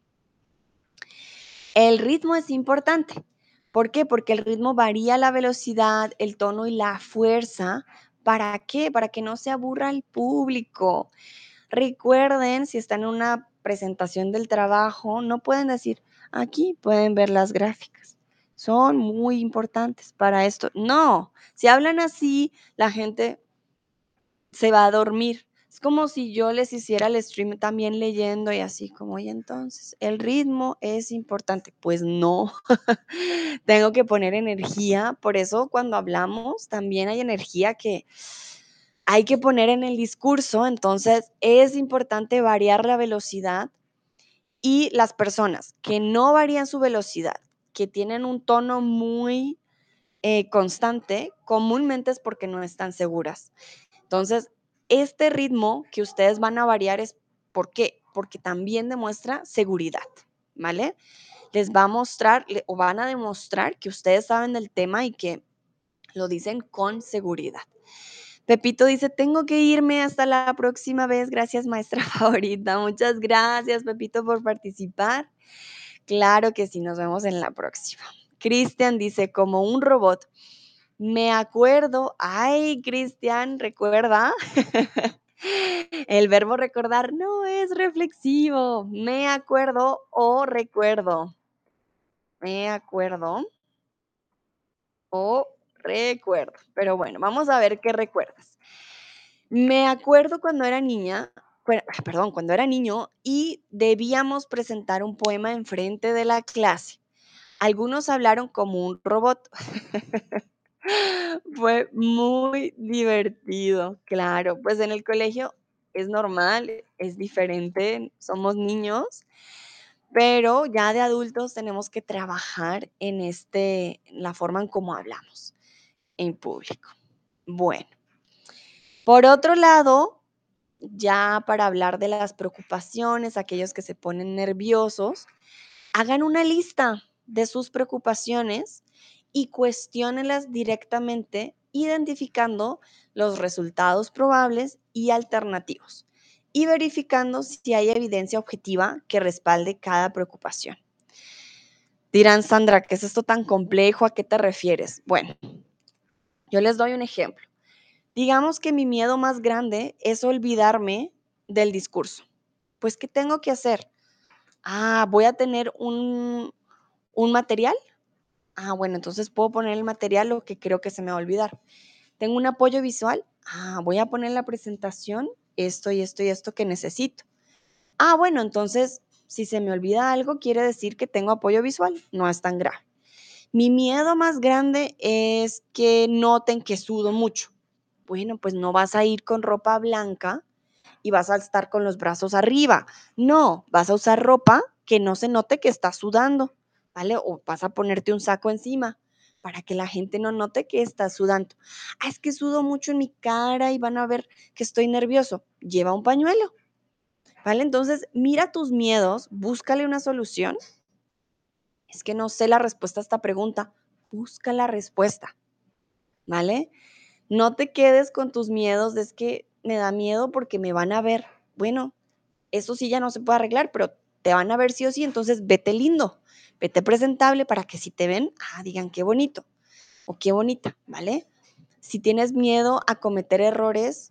El ritmo es importante. ¿Por qué? Porque el ritmo varía la velocidad, el tono y la fuerza. ¿Para qué? Para que no se aburra el público. Recuerden, si están en una presentación del trabajo, no pueden decir, aquí pueden ver las gráficas. Son muy importantes para esto. No, si hablan así, la gente se va a dormir. Es como si yo les hiciera el stream también leyendo y así como, y entonces, el ritmo es importante. Pues no, tengo que poner energía. Por eso cuando hablamos también hay energía que hay que poner en el discurso. Entonces es importante variar la velocidad y las personas que no varían su velocidad, que tienen un tono muy eh, constante, comúnmente es porque no están seguras. Entonces, este ritmo que ustedes van a variar es ¿por qué? Porque también demuestra seguridad, ¿vale? Les va a mostrar o van a demostrar que ustedes saben del tema y que lo dicen con seguridad. Pepito dice, tengo que irme hasta la próxima vez. Gracias, maestra favorita. Muchas gracias, Pepito, por participar. Claro que sí, nos vemos en la próxima. Cristian dice, como un robot. Me acuerdo, ay, Cristian, ¿recuerda? El verbo recordar no es reflexivo. Me acuerdo o recuerdo. Me acuerdo o recuerdo. Pero bueno, vamos a ver qué recuerdas. Me acuerdo cuando era niña, bueno, ah, perdón, cuando era niño y debíamos presentar un poema enfrente de la clase. Algunos hablaron como un robot. Fue muy divertido, claro, pues en el colegio es normal, es diferente, somos niños, pero ya de adultos tenemos que trabajar en este en la forma en cómo hablamos en público. Bueno, por otro lado, ya para hablar de las preocupaciones, aquellos que se ponen nerviosos, hagan una lista de sus preocupaciones y cuestiónenlas directamente, identificando los resultados probables y alternativos y verificando si hay evidencia objetiva que respalde cada preocupación. Dirán, Sandra, ¿qué es esto tan complejo? ¿A qué te refieres? Bueno, yo les doy un ejemplo. Digamos que mi miedo más grande es olvidarme del discurso. Pues, ¿qué tengo que hacer? Ah, voy a tener un, un material. Ah, bueno, entonces puedo poner el material lo que creo que se me va a olvidar. Tengo un apoyo visual. Ah, voy a poner en la presentación esto y esto y esto que necesito. Ah, bueno, entonces si se me olvida algo, quiere decir que tengo apoyo visual. No es tan grave. Mi miedo más grande es que noten que sudo mucho. Bueno, pues no vas a ir con ropa blanca y vas a estar con los brazos arriba. No, vas a usar ropa que no se note que estás sudando, ¿vale? O vas a ponerte un saco encima para que la gente no note que estás sudando. Ah, es que sudo mucho en mi cara y van a ver que estoy nervioso. Lleva un pañuelo, ¿vale? Entonces, mira tus miedos, búscale una solución. Es que no sé la respuesta a esta pregunta. Busca la respuesta, ¿vale? No te quedes con tus miedos, de es que me da miedo porque me van a ver. Bueno, eso sí ya no se puede arreglar, pero te van a ver sí o sí, entonces vete lindo, vete presentable para que si te ven, ah, digan qué bonito o qué bonita, ¿vale? Si tienes miedo a cometer errores,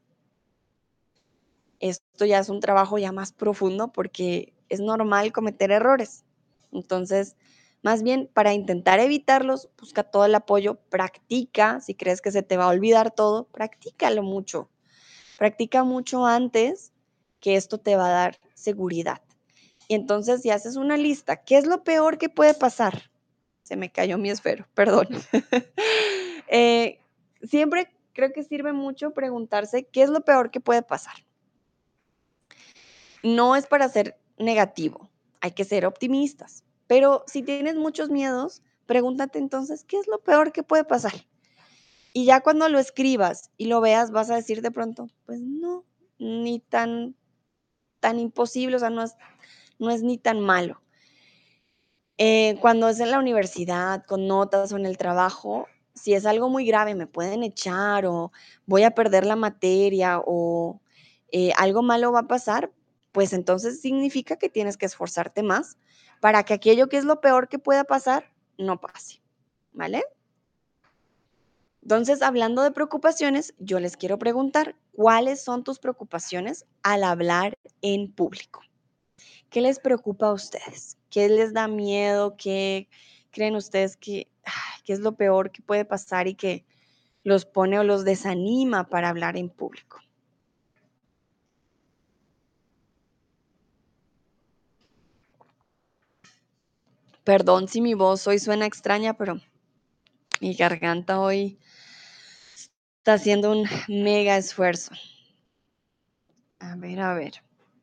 esto ya es un trabajo ya más profundo porque es normal cometer errores. Entonces, más bien para intentar evitarlos, busca todo el apoyo, practica, si crees que se te va a olvidar todo, practícalo mucho. Practica mucho antes, que esto te va a dar seguridad. Y entonces, si haces una lista, ¿qué es lo peor que puede pasar? Se me cayó mi esfero, perdón. eh, siempre creo que sirve mucho preguntarse qué es lo peor que puede pasar. No es para ser negativo, hay que ser optimistas. Pero si tienes muchos miedos, pregúntate entonces, ¿qué es lo peor que puede pasar? Y ya cuando lo escribas y lo veas, vas a decir de pronto, pues no, ni tan, tan imposible, o sea, no es, no es ni tan malo. Eh, cuando es en la universidad, con notas o en el trabajo, si es algo muy grave, me pueden echar o voy a perder la materia o eh, algo malo va a pasar, pues entonces significa que tienes que esforzarte más para que aquello que es lo peor que pueda pasar no pase, ¿vale? Entonces, hablando de preocupaciones, yo les quiero preguntar, ¿cuáles son tus preocupaciones al hablar en público? ¿Qué les preocupa a ustedes? ¿Qué les da miedo? ¿Qué creen ustedes que, ay, que es lo peor que puede pasar y que los pone o los desanima para hablar en público? Perdón si mi voz hoy suena extraña, pero mi garganta hoy está haciendo un mega esfuerzo. A ver, a ver.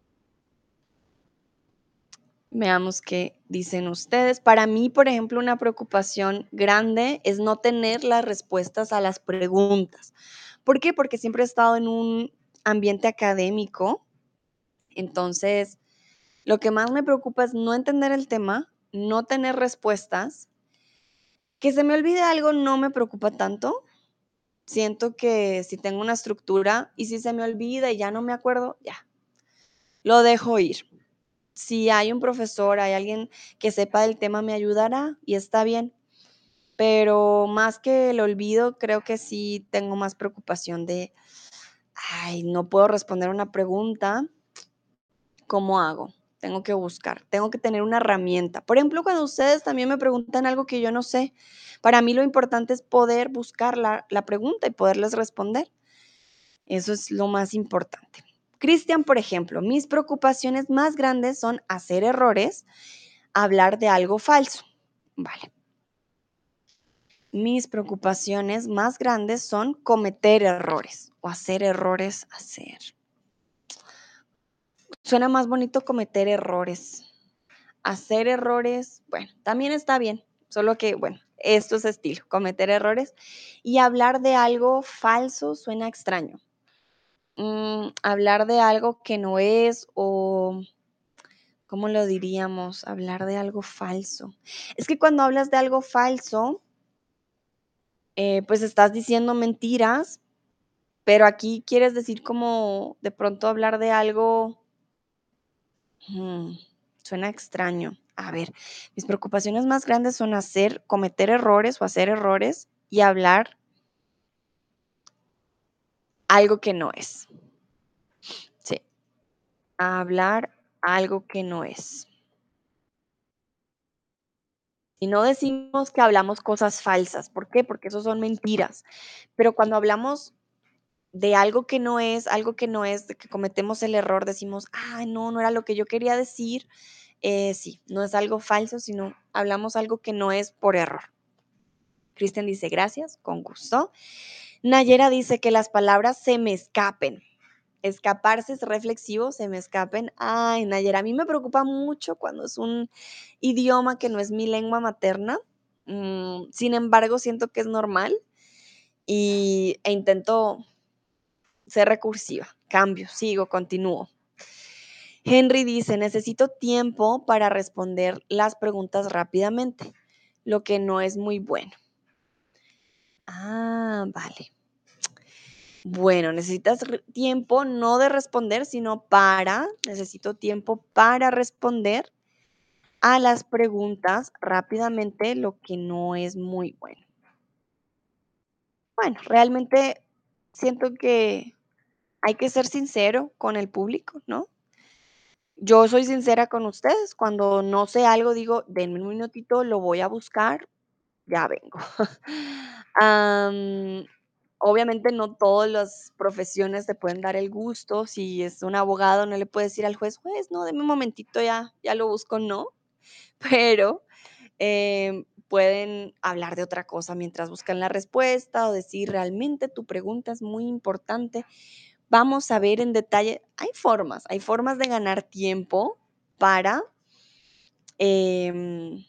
Veamos qué dicen ustedes. Para mí, por ejemplo, una preocupación grande es no tener las respuestas a las preguntas. ¿Por qué? Porque siempre he estado en un ambiente académico. Entonces, lo que más me preocupa es no entender el tema, no tener respuestas. Que se me olvide algo no me preocupa tanto. Siento que si tengo una estructura y si se me olvida y ya no me acuerdo, ya, lo dejo ir. Si hay un profesor, hay alguien que sepa del tema, me ayudará y está bien. Pero más que el olvido, creo que sí tengo más preocupación de, ay, no puedo responder una pregunta, ¿cómo hago? Tengo que buscar, tengo que tener una herramienta. Por ejemplo, cuando ustedes también me preguntan algo que yo no sé, para mí lo importante es poder buscar la, la pregunta y poderles responder. Eso es lo más importante. Cristian, por ejemplo, mis preocupaciones más grandes son hacer errores, hablar de algo falso. Vale. Mis preocupaciones más grandes son cometer errores o hacer errores, hacer. Suena más bonito cometer errores. hacer errores, bueno, también está bien, solo que, bueno, esto es estilo, cometer errores. Y hablar de algo falso suena extraño. Mm, hablar de algo que no es o, ¿cómo lo diríamos? Hablar de algo falso. Es que cuando hablas de algo falso, eh, pues estás diciendo mentiras, pero aquí quieres decir como de pronto hablar de algo. Mm, suena extraño. A ver, mis preocupaciones más grandes son hacer, cometer errores o hacer errores y hablar algo que no es. Sí, hablar algo que no es. Y no decimos que hablamos cosas falsas. ¿Por qué? Porque eso son mentiras. Pero cuando hablamos de algo que no es, algo que no es, de que cometemos el error, decimos, ay, no, no era lo que yo quería decir. Eh, sí, no es algo falso, sino hablamos algo que no es por error. Cristian dice, gracias, con gusto. Nayera dice que las palabras se me escapen. Escaparse es reflexivo, se me escapen. Ay, Nayera, a mí me preocupa mucho cuando es un idioma que no es mi lengua materna. Mm, sin embargo, siento que es normal y, e intento ser recursiva. Cambio, sigo, continúo. Henry dice, necesito tiempo para responder las preguntas rápidamente, lo que no es muy bueno. Ah, vale. Bueno, necesitas re- tiempo no de responder, sino para, necesito tiempo para responder a las preguntas rápidamente, lo que no es muy bueno. Bueno, realmente siento que hay que ser sincero con el público, ¿no? Yo soy sincera con ustedes. Cuando no sé algo, digo, denme un minutito, lo voy a buscar, ya vengo. Am, obviamente no todas las profesiones te pueden dar el gusto. Si es un abogado, no le puedes decir al juez, juez, no, deme un momentito, ya, ya lo busco, no. Pero em, pueden hablar de otra cosa mientras buscan la respuesta o decir, realmente tu pregunta es muy importante. Vamos a ver en detalle. Hay formas, hay formas de ganar tiempo para, em,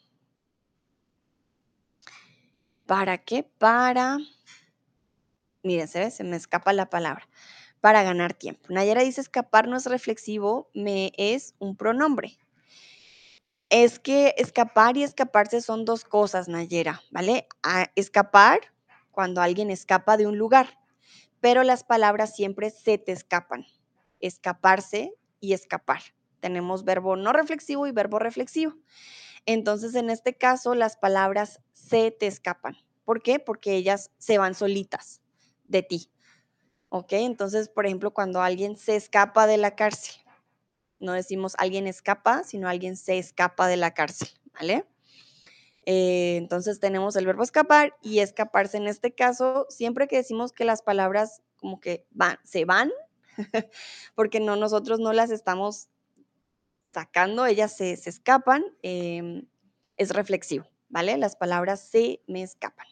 ¿para qué? Para, miren, se ve, se me escapa la palabra. Para ganar tiempo. Nayara dice escapar no es reflexivo, me es un pronombre. Es que escapar y escaparse son dos cosas, Nayera, ¿vale? A escapar, cuando alguien escapa de un lugar, pero las palabras siempre se te escapan. Escaparse y escapar. Tenemos verbo no reflexivo y verbo reflexivo. Entonces, en este caso, las palabras se te escapan. ¿Por qué? Porque ellas se van solitas de ti. ¿Ok? Entonces, por ejemplo, cuando alguien se escapa de la cárcel, no decimos alguien escapa, sino alguien se escapa de la cárcel, ¿vale? Eh, entonces tenemos el verbo escapar y escaparse en este caso, siempre que decimos que las palabras como que van, se van, porque no, nosotros no las estamos sacando, ellas se, se escapan, eh, es reflexivo, ¿vale? Las palabras se me escapan.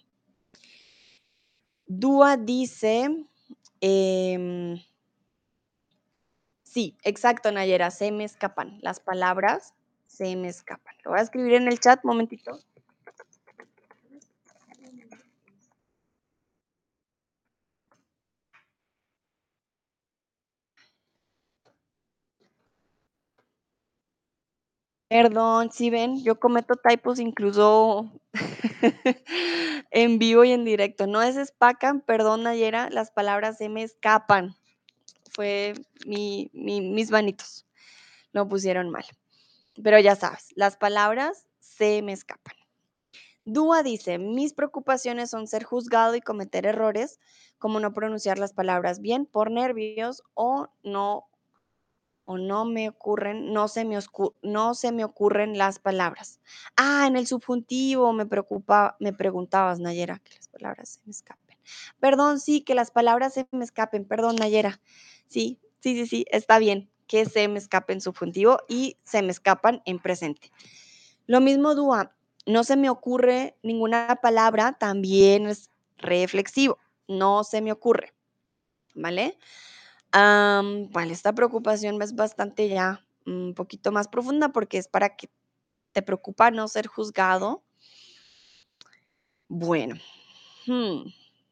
Dúa dice, em, sí, exacto, Nayera, se me escapan. Las palabras se me escapan. Lo voy a escribir en el chat, momentito. Perdón, si ven, yo cometo typos incluso en vivo y en directo. No es espacan, perdón, Nayera, las palabras se me escapan. Fue mi, mi- mis manitos, lo pusieron mal. Pero ya sabes, las palabras se me escapan. Dúa dice, mis preocupaciones son ser juzgado y cometer errores, como no pronunciar las palabras bien por nervios o no o no me ocurren, no se me oscu- no se me ocurren las palabras. Ah, en el subjuntivo me preocupa, me preguntabas, Nayera, que las palabras se me escapen. Perdón, sí, que las palabras se me escapen, perdón, Nayera. Sí, sí, sí, sí, está bien que se me escape en subjuntivo y se me escapan en presente. Lo mismo, Dúa, no se me ocurre ninguna palabra, también es reflexivo, no se me ocurre, ¿vale? Am, vale, esta preocupación es bastante ya un poquito más profunda porque es para que ¿Te preocupa no ser juzgado? Bueno, hmm,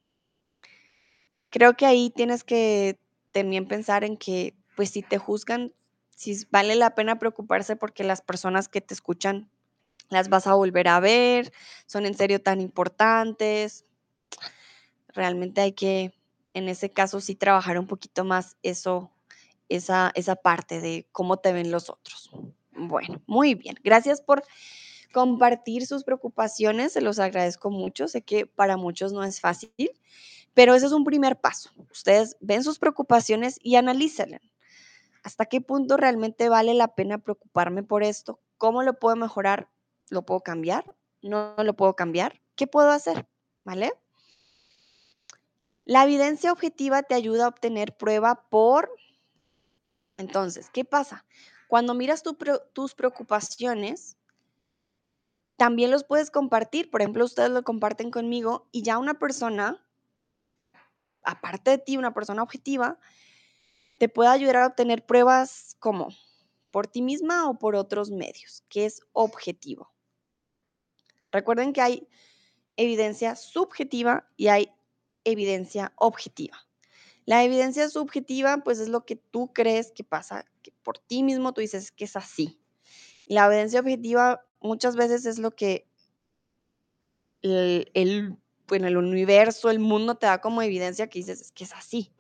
creo que ahí tienes que también pensar en que, pues, si te juzgan, si s vale la pena preocuparse porque las personas que te escuchan las vas a volver a ver, son en serio tan importantes. Realmente hay que, en ese caso, sí trabajar un poquito más eso, esa, esa parte de cómo te ven los otros. Bueno, muy bien. Gracias por compartir sus preocupaciones, se los agradezco mucho. Sé que para muchos no es fácil, pero ese es un primer paso. Ustedes ven sus preocupaciones y analícenlas. ¿Hasta qué punto realmente vale la pena preocuparme por esto? ¿Cómo lo puedo mejorar? ¿Lo puedo cambiar? ¿No lo puedo cambiar? ¿Qué puedo hacer? ¿Vale? La evidencia objetiva te ayuda a obtener prueba por... Entonces, ¿qué pasa? Cuando miras tu preo- tus preocupaciones, también los puedes compartir. Por ejemplo, ustedes lo comparten conmigo y ya una persona, aparte de ti, una persona objetiva, te puede ayudar a obtener pruebas como por ti misma o por otros medios, que es objetivo. Recuerden que hay evidencia subjetiva y hay evidencia objetiva. La evidencia subjetiva, pues es lo que tú crees que pasa, que por ti mismo tú dices que es así. La evidencia objetiva muchas veces es lo que el, el, bueno, el universo, el mundo te da como evidencia que dices es que es así.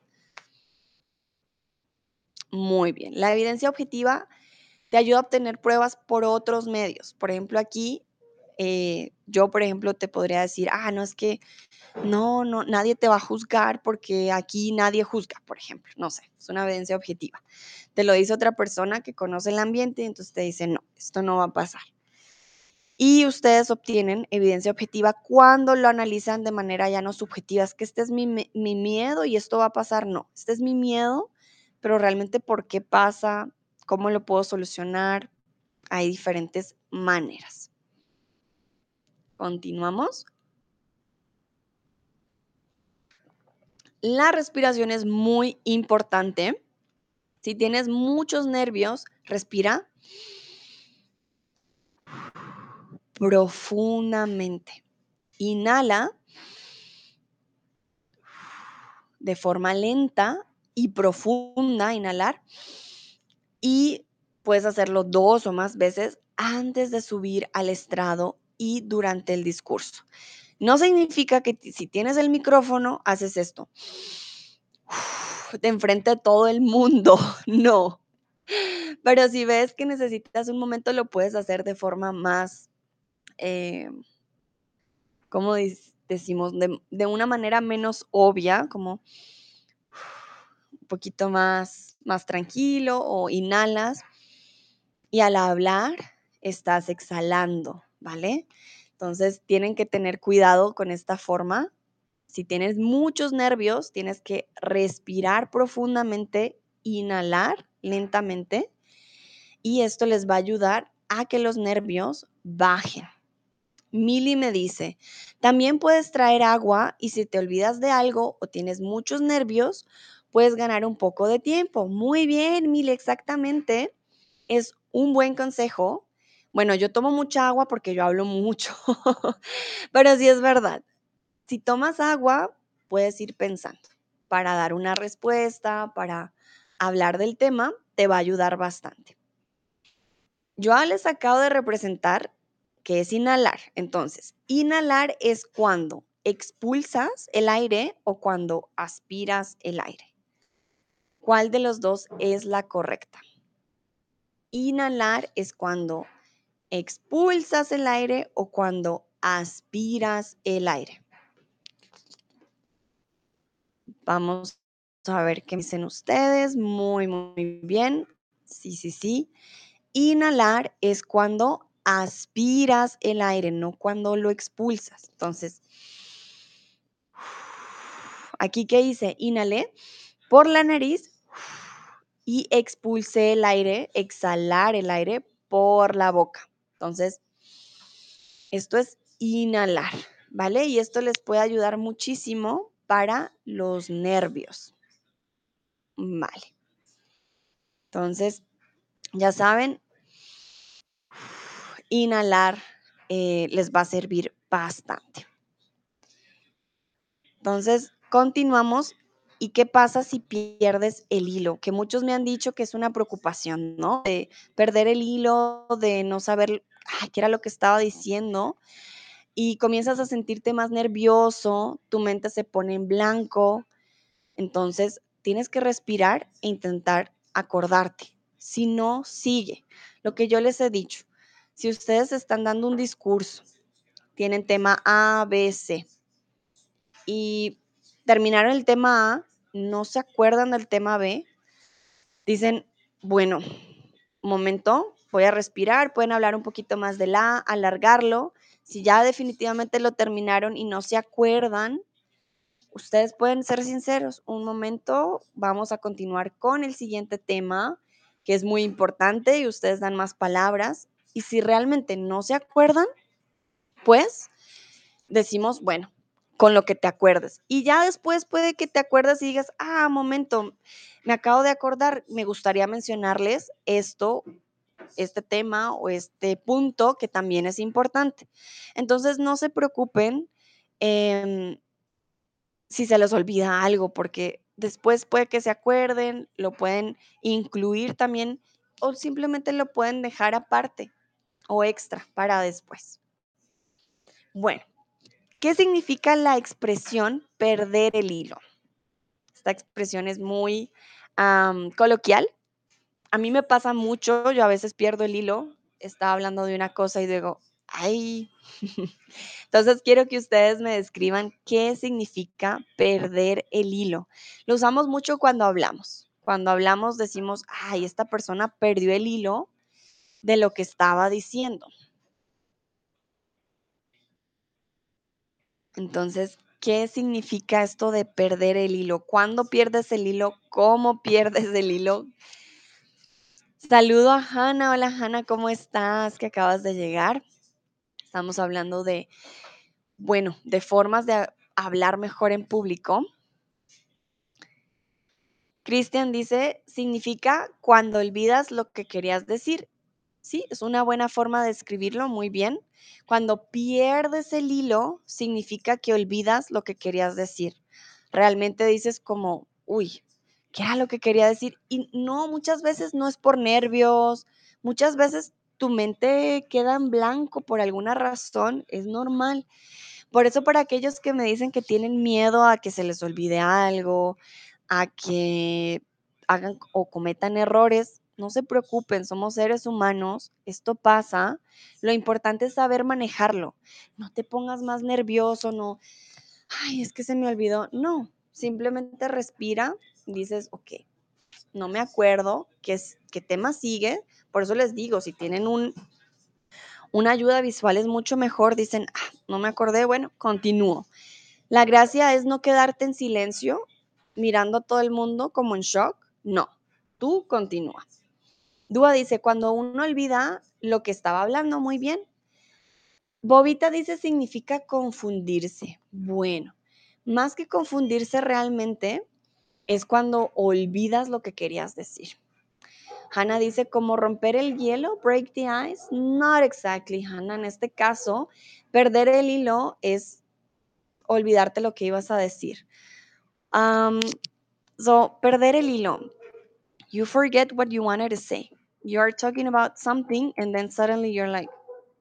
Muy bien. La evidencia objetiva te ayuda a obtener pruebas por otros medios. Por ejemplo, aquí eh, yo, por ejemplo, te podría decir, ah, no, es que no, no, nadie te va a juzgar porque aquí nadie juzga, por ejemplo. No sé, es una evidencia objetiva. Te lo dice otra persona que conoce el ambiente y entonces te dice, no, esto no va a pasar. Y ustedes obtienen evidencia objetiva cuando lo analizan de manera ya no subjetiva. Es que este es mi, me- mi miedo y esto va a pasar. No, este es mi miedo, pero realmente por qué pasa, cómo lo puedo solucionar. Hay diferentes maneras. Continuamos. La respiración es muy importante. Si tienes muchos nervios, respira profundamente. Inhala de forma lenta y profunda, inhalar, y puedes hacerlo dos o más veces antes de subir al estrado y durante el discurso. No significa que si tienes el micrófono, haces esto de enfrente de todo el mundo, no. Pero si ves que necesitas un momento, lo puedes hacer de forma más, eh, ¿cómo decimos? De, de una manera menos obvia, como un poquito más, más tranquilo o inhalas y al hablar estás exhalando, ¿vale? Entonces tienen que tener cuidado con esta forma. Si tienes muchos nervios, tienes que respirar profundamente, inhalar lentamente y esto les va a ayudar a que los nervios bajen. Mili me dice, también puedes traer agua y si te olvidas de algo o tienes muchos nervios, puedes ganar un poco de tiempo. Muy bien, Mili, exactamente. Es un buen consejo. Bueno, yo tomo mucha agua porque yo hablo mucho, pero sí es verdad. Si tomas agua, puedes ir pensando para dar una respuesta, para hablar del tema, te va a ayudar bastante. Yo les acabo de representar que es inhalar. Entonces, inhalar es cuando expulsas el aire o cuando aspiras el aire. ¿Cuál de los dos es la correcta? Inhalar es cuando expulsas el aire o cuando aspiras el aire. Vamos a ver qué dicen ustedes. Muy, muy bien. Sí, sí, sí. Inhalar es cuando aspiras el aire, no cuando lo expulsas. Entonces, aquí que hice, inhalé por la nariz y expulsé el aire, exhalar el aire por la boca. Entonces, esto es inhalar, ¿vale? Y esto les puede ayudar muchísimo para los nervios. Vale. Entonces, ya saben, inhalar eh, les va a servir bastante. Entonces, continuamos. ¿Y qué pasa si pierdes el hilo? Que muchos me han dicho que es una preocupación, ¿no? De perder el hilo, de no saber ay, qué era lo que estaba diciendo y comienzas a sentirte más nervioso, tu mente se pone en blanco, entonces tienes que respirar e intentar acordarte. Si no, sigue. Lo que yo les he dicho, si ustedes están dando un discurso, tienen tema A, B, C y terminaron el tema A, no se acuerdan del tema B, dicen, bueno, momento, voy a respirar, pueden hablar un poquito más del A, alargarlo. Si ya definitivamente lo terminaron y no se acuerdan, ustedes pueden ser sinceros. Un momento, vamos a continuar con el siguiente tema, que es muy importante y ustedes dan más palabras. Y si realmente no se acuerdan, pues decimos, bueno, con lo que te acuerdes. Y ya después puede que te acuerdes y digas, ah, momento, me acabo de acordar, me gustaría mencionarles esto, este tema o este punto que también es importante. Entonces, no se preocupen em, si se les olvida algo, porque después puede que se acuerden, lo pueden incluir también o simplemente lo pueden dejar aparte o extra para después. Bueno, ¿qué significa la expresión perder el hilo? Esta expresión es muy am, coloquial. A mí me pasa mucho, yo a veces pierdo el hilo, estaba hablando de una cosa y digo, ay. Entonces quiero que ustedes me describan qué significa perder el hilo. Lo usamos mucho cuando hablamos. Cuando hablamos decimos, ay, esta persona perdió el hilo de lo que estaba diciendo. Entonces, ¿qué significa esto de perder el hilo? ¿Cuándo pierdes el hilo? ¿Cómo pierdes el hilo? Saludo a Hanna. Hola Hanna, ¿cómo estás? Que acabas de llegar. Estamos hablando de, bueno, de formas de a- hablar mejor en público. Cristian dice, significa cuando olvidas lo que querías decir. Sí, es una buena forma de escribirlo, muy bien. Cuando pierdes el hilo, significa que olvidas lo que querías decir. Realmente dices como, uy, ¿qué era lo que quería decir? Y no, muchas veces no es por nervios, muchas veces tu mente queda en blanco por alguna razón, es normal. Por eso para aquellos que me dicen que tienen miedo a que se les olvide algo, a que hagan o cometan errores, no se preocupen, somos seres humanos, esto pasa, lo importante es saber manejarlo. No te pongas más nervioso, no, ay, es que se me olvidó. No, simplemente respira, dices, ok, no me acuerdo qué, es, qué tema sigue. Por eso les digo, si tienen un, una ayuda visual es mucho mejor, dicen, ah, no me acordé, bueno, continúo. La gracia es no quedarte en silencio mirando a todo el mundo como en shock. No, tú continúa. Dúa dice, cuando uno olvida lo que estaba hablando, muy bien. Bobita dice, significa confundirse. Bueno, más que confundirse realmente es cuando olvidas lo que querías decir. Hannah dice, como romper el hielo, break the ice. Not exactly, Hannah. En este caso, perder el hilo es olvidarte lo que ibas a decir. Um, so, perder el hilo. You forget what you wanted to say. You are talking about something and then suddenly you're like,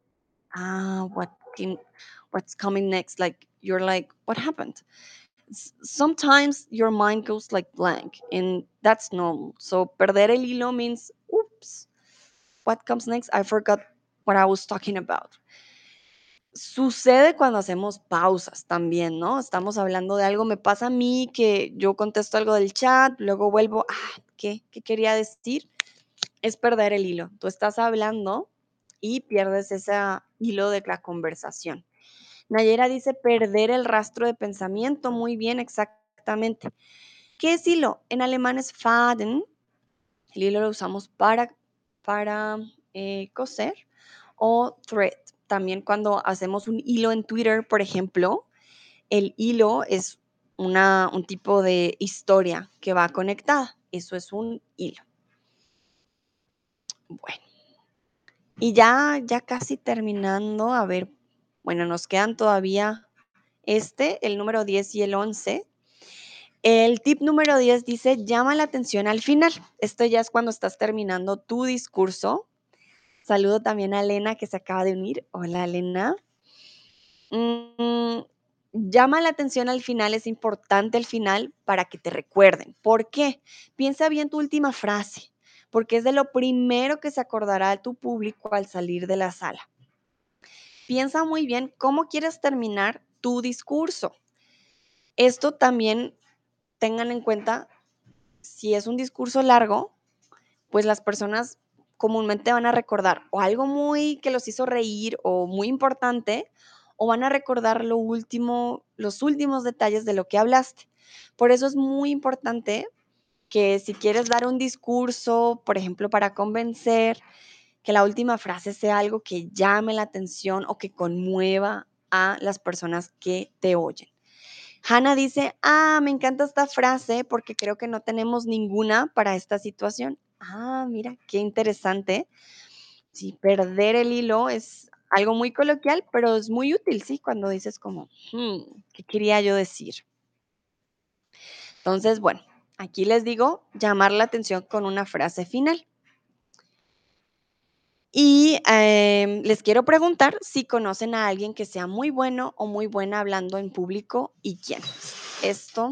ah, what can, what's coming next? Like, you're like, what happened? S- Sometimes your mind goes like blank and that's normal. So, perder el hilo means, oops, what comes next? I forgot what I was talking about. Sucede cuando hacemos pausas también, ¿no? Estamos hablando de algo, me pasa a mí que yo contesto algo del chat, luego vuelvo, ah, ¿qué? ¿Qué quería decir? Es perder el hilo. Tú estás hablando y pierdes ese hilo de la conversación. Nayera dice perder el rastro de pensamiento. Muy bien, exactamente. ¿Qué es hilo? En alemán es Faden. El hilo lo usamos para, para eh, coser o thread. También cuando hacemos un hilo en Twitter, por ejemplo, el hilo es una, un tipo de historia que va conectada. Eso es un hilo. Bueno, Y ya, ya casi terminando, a ver, bueno, nos quedan todavía este, el número diez y el once. El tip número diez dice, llama la atención al final. Esto ya es cuando estás terminando tu discurso. Saludo también a Elena que se acaba de unir. Hola, Elena. Mm, llama la atención al final, es importante el final para que te recuerden. ¿Por qué? Piensa bien tu última frase, porque es de lo primero que se acordará tu público al salir de la sala. Piensa muy bien cómo quieres terminar tu discurso. Esto también tengan en cuenta, si es un discurso largo, pues las personas comúnmente van a recordar o algo muy que los hizo reír o muy importante, o van a recordar lo último, los últimos detalles de lo que hablaste. Por eso es muy importante que si quieres dar un discurso, por ejemplo, para convencer, que la última frase sea algo que llame la atención o que conmueva a las personas que te oyen. Hannah dice, ah, me encanta esta frase porque creo que no tenemos ninguna para esta situación. Ah, mira, qué interesante. Sí, perder el hilo es algo muy coloquial, pero es muy útil, sí, cuando dices como, "Hmm, ¿qué quería yo decir?". Entonces, bueno, aquí les digo, llamar la atención con una frase final. Y em, les quiero preguntar si conocen a alguien que sea muy bueno o muy buena hablando en público y quién. Esto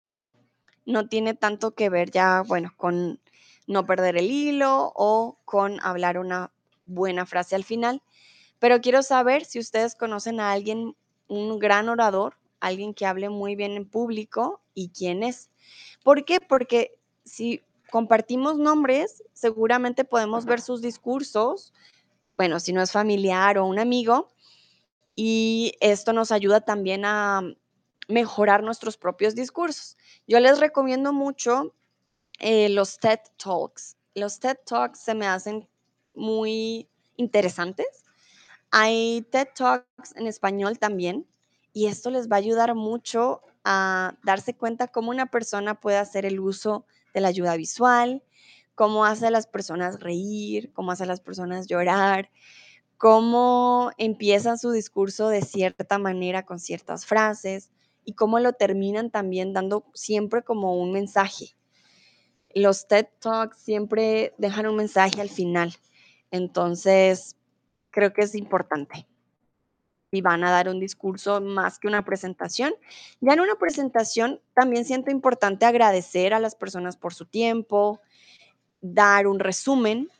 no tiene tanto que ver ya, bueno, con no perder el hilo o con hablar una buena frase al final, pero quiero saber si ustedes conocen a alguien, un gran orador, alguien que hable muy bien en público y quién es. ¿Por qué? Porque si compartimos nombres, seguramente podemos ver sus discursos, bueno, si no es familiar o un amigo, y esto nos ayuda también a mejorar nuestros propios discursos. Yo les recomiendo mucho eh, los TED Talks. Los TED Talks se me hacen muy interesantes. Hay TED Talks en español también y esto les va a ayudar mucho a darse cuenta cómo una persona puede hacer el uso de la ayuda visual, cómo hace a las personas reír, cómo hace a las personas llorar, cómo empiezan su discurso de cierta manera con ciertas frases y cómo lo terminan también dando siempre como un mensaje. Los TED Talks siempre dejan un mensaje al final, entonces creo que es importante. Y van a dar un discurso más que una presentación. Ya en una presentación también siento importante agradecer a las personas por su tiempo, dar un resumen,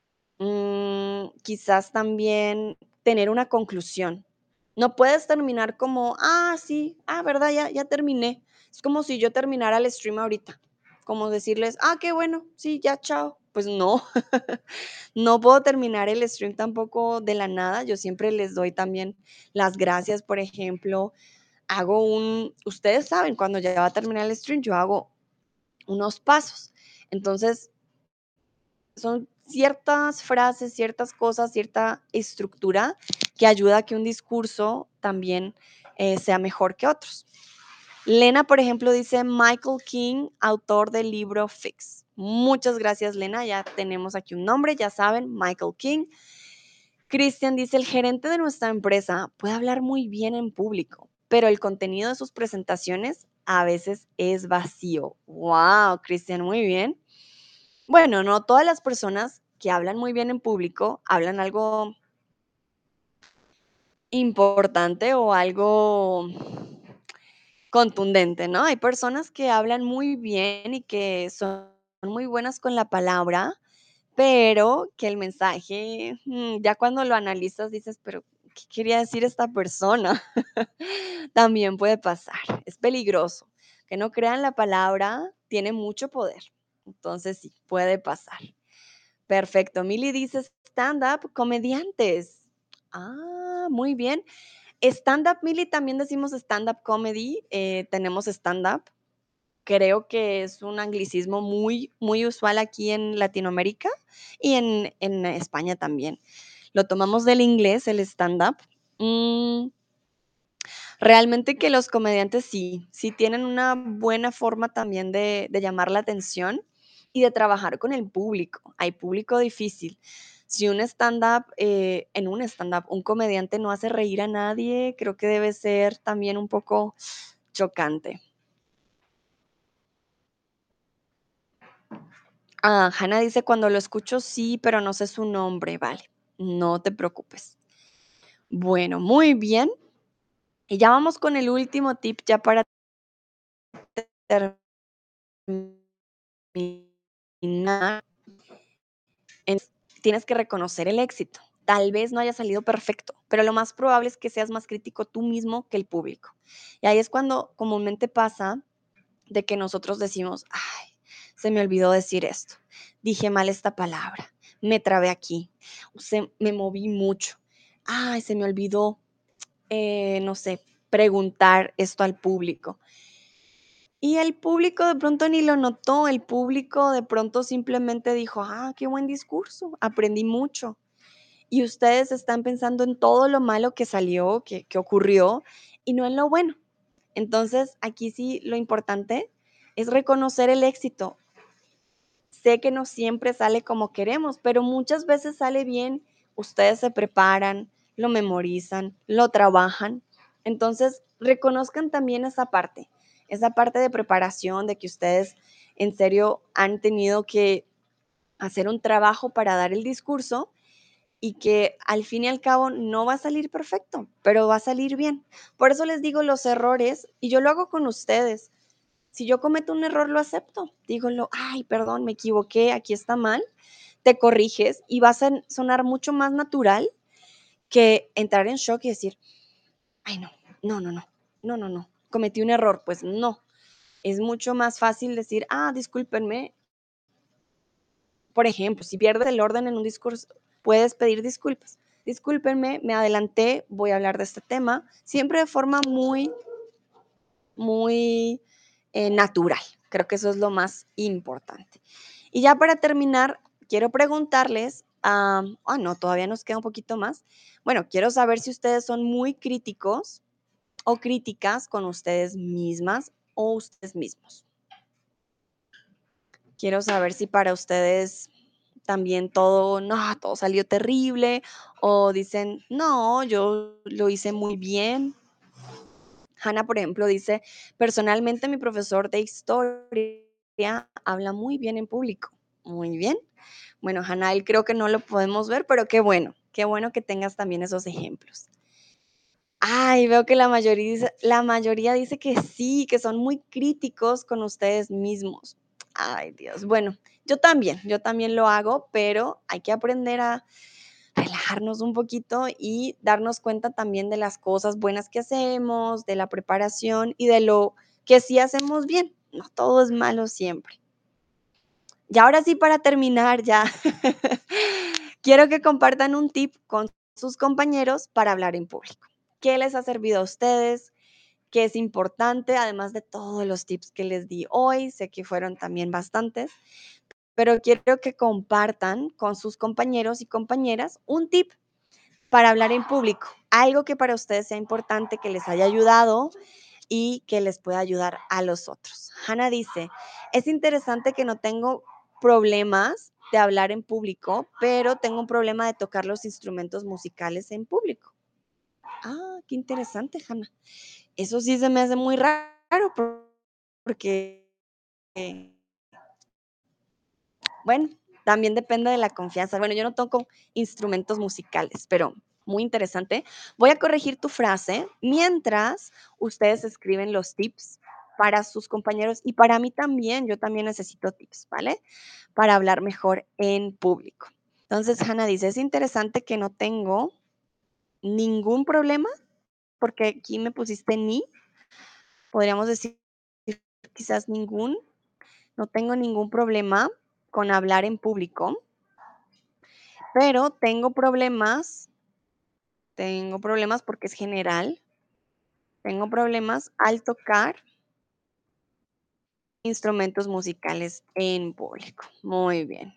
mm, quizás también tener una conclusión. No puedes terminar como, ah, sí, ah, ¿verdad? Ya, ya terminé. Es como si yo terminara el stream ahorita, como decirles, ah, qué bueno, sí, ya, chao. Pues no, no puedo terminar el stream tampoco de la nada. Yo siempre les doy también las gracias, por ejemplo, hago un, ustedes saben, cuando ya va a terminar el stream, yo hago unos pasos. Entonces, son ciertas frases, ciertas cosas, cierta estructura que ayuda a que un discurso también eh, sea mejor que otros. Lena, por ejemplo, dice Michael King, autor del libro Fix. Muchas gracias, Lena. Ya tenemos aquí un nombre, ya saben, Michael King. Cristian dice, el gerente de nuestra empresa puede hablar muy bien en público, pero el contenido de sus presentaciones a veces es vacío. Wow, Cristian, muy bien. Bueno, no todas las personas que hablan muy bien en público hablan algo importante o algo contundente, ¿no? Hay personas que hablan muy bien y que son muy buenas con la palabra, pero que el mensaje, mm, ya cuando lo analizas dices, pero ¿qué quería decir esta persona? También puede pasar, es peligroso. Que no crean la palabra tiene mucho poder. Entonces sí, puede pasar. Perfecto. Mili dice stand-up comediantes. Ah, muy bien. Stand-up, Mili, también decimos stand-up comedy. Eh, tenemos stand-up. Creo que es un anglicismo muy, muy usual aquí en Latinoamérica y en, en España también. Lo tomamos del inglés, el stand-up. Mm, realmente que los comediantes sí, sí tienen una buena forma también de, de llamar la atención y de trabajar con el público. Hay público difícil. Si un stand-up, eh, en un stand-up, un comediante no hace reír a nadie, creo que debe ser también un poco chocante. Ah, Hannah dice: "Cuando lo escucho, sí, pero no sé su nombre". Vale, no te preocupes. Bueno, muy bien. Y ya vamos con el último tip, ya para terminar. Es Tienes que reconocer el éxito. Tal vez no haya salido perfecto, pero lo más probable es que seas más crítico tú mismo que el público. Y ahí es cuando comúnmente pasa de que nosotros decimos: "Ay, se me olvidó decir esto, dije mal esta palabra, me trabé aquí, se me moví mucho, ay, se me olvidó, eh, no sé, preguntar esto al público". Y el público de pronto ni lo notó, el público de pronto simplemente dijo: "Ah, qué buen discurso, aprendí mucho". Y ustedes están pensando en todo lo malo que salió, que que ocurrió, y no en lo bueno. Entonces, aquí sí lo importante es reconocer el éxito. Sé que no siempre sale como queremos, pero muchas veces sale bien. Ustedes se preparan, lo memorizan, lo trabajan. Entonces, reconozcan también esa parte, esa parte de preparación, de que ustedes en serio han tenido que hacer un trabajo para dar el discurso y que al fin y al cabo no va a salir perfecto, pero va a salir bien. Por eso les digo los errores, y yo lo hago con ustedes. Si yo cometo un error, lo acepto. Dígolo: "Ay, perdón, me equivoqué, aquí está mal", te corriges y vas a sonar mucho más natural que entrar en shock y decir: "Ay, no, no, no, no, no, no, no, cometí un error". Pues no, es mucho más fácil decir: "Ah, discúlpenme". Por ejemplo, si pierdes el orden en un discurso, puedes pedir disculpas. "Discúlpenme, me adelanté, voy a hablar de este tema", siempre de forma muy muy, eh, natural. Creo que eso es lo más importante. Y ya para terminar, quiero preguntarles, am, ah, no, todavía nos queda un poquito más. Bueno, quiero saber si ustedes son muy críticos o críticas con ustedes mismas o ustedes mismos. Quiero saber si para ustedes también todo, no, todo salió terrible, o dicen: "No, yo lo hice muy bien". Hannah, por ejemplo, dice: "Personalmente, mi profesor de historia habla muy bien en público". Muy bien. Bueno, Hannah, él creo que no lo podemos ver, pero qué bueno, qué bueno que tengas también esos ejemplos. Ay, veo que la mayoría dice la mayoría dice que sí, que son muy críticos con ustedes mismos. Ay, Dios. Bueno, yo también, yo también lo hago, pero hay que aprender a relajarnos un poquito y darnos cuenta también de las cosas buenas que hacemos, de la preparación y de lo que sí hacemos bien. No todo es malo siempre. Y ahora sí, para terminar ya, quiero que compartan un tip con sus compañeros para hablar en público. ¿Qué les ha servido a ustedes? ¿Qué es importante? Además de todos los tips que les di hoy, sé que fueron también bastantes, pero quiero que compartan con sus compañeros y compañeras un tip para hablar en público, algo que para ustedes sea importante, que les haya ayudado y que les pueda ayudar a los otros. Hannah dice: "Es interesante que no tengo problemas de hablar en público, pero tengo un problema de tocar los instrumentos musicales en público". Ah, qué interesante, Hannah. Eso sí se me hace muy raro porque, eh, bueno, también depende de la confianza. Bueno, yo no toco instrumentos musicales, pero muy interesante. Voy a corregir tu frase mientras ustedes escriben los tips para sus compañeros y para mí también. Yo también necesito tips, ¿vale? Para hablar mejor en público. Entonces, Hannah dice: "Es interesante que no tengo ningún problema", porque aquí me pusiste ni, podríamos decir quizás ningún, no tengo ningún problema con hablar en público, pero tengo problemas, tengo problemas porque es general, tengo problemas al tocar instrumentos musicales en público. Muy bien.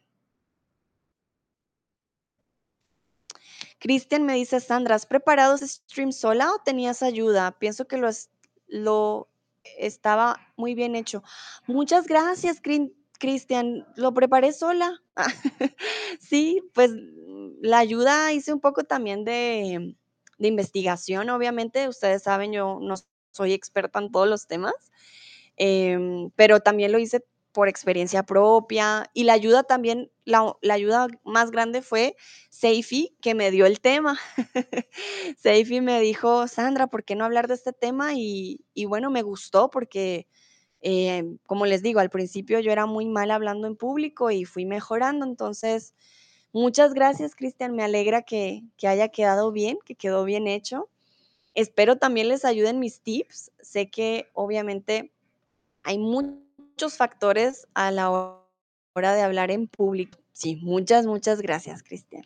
Cristian me dice: "Sandra, ¿has preparado ese stream sola o tenías ayuda? Pienso que lo es lo estaba muy bien hecho". Muchas gracias, Crin Cristian, lo preparé sola. Sí, pues, la ayuda hice un poco también de de investigación, obviamente, ustedes saben, yo no soy experta en todos los temas, em, pero también lo hice por experiencia propia, y la ayuda también, la la ayuda más grande fue Seifi, que me dio el tema. Seifi me dijo: "Sandra, ¿por qué no hablar de este tema?". Y y bueno, me gustó porque, em, como les digo, al principio yo era muy mala hablando en público y fui mejorando. Entonces, muchas gracias, Cristian, me alegra que que haya quedado bien, que quedó bien hecho. Espero también les ayuden mis tips. Sé que, obviamente, hay muchos factores a la hora de hablar en público. Sí, muchas, muchas gracias, Cristian.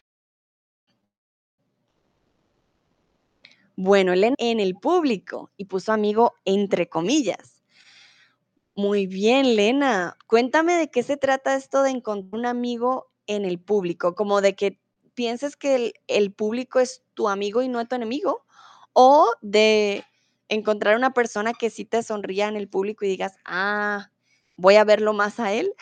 Bueno, él en en el público y puso amigo entre comillas. Muy bien, Lena. Cuéntame de qué se trata esto de encontrar un amigo en el público, como de que pienses que el el público es tu amigo y no tu enemigo, o de encontrar una persona que sí te sonría en el público y digas: "Ah, voy a verlo más a él".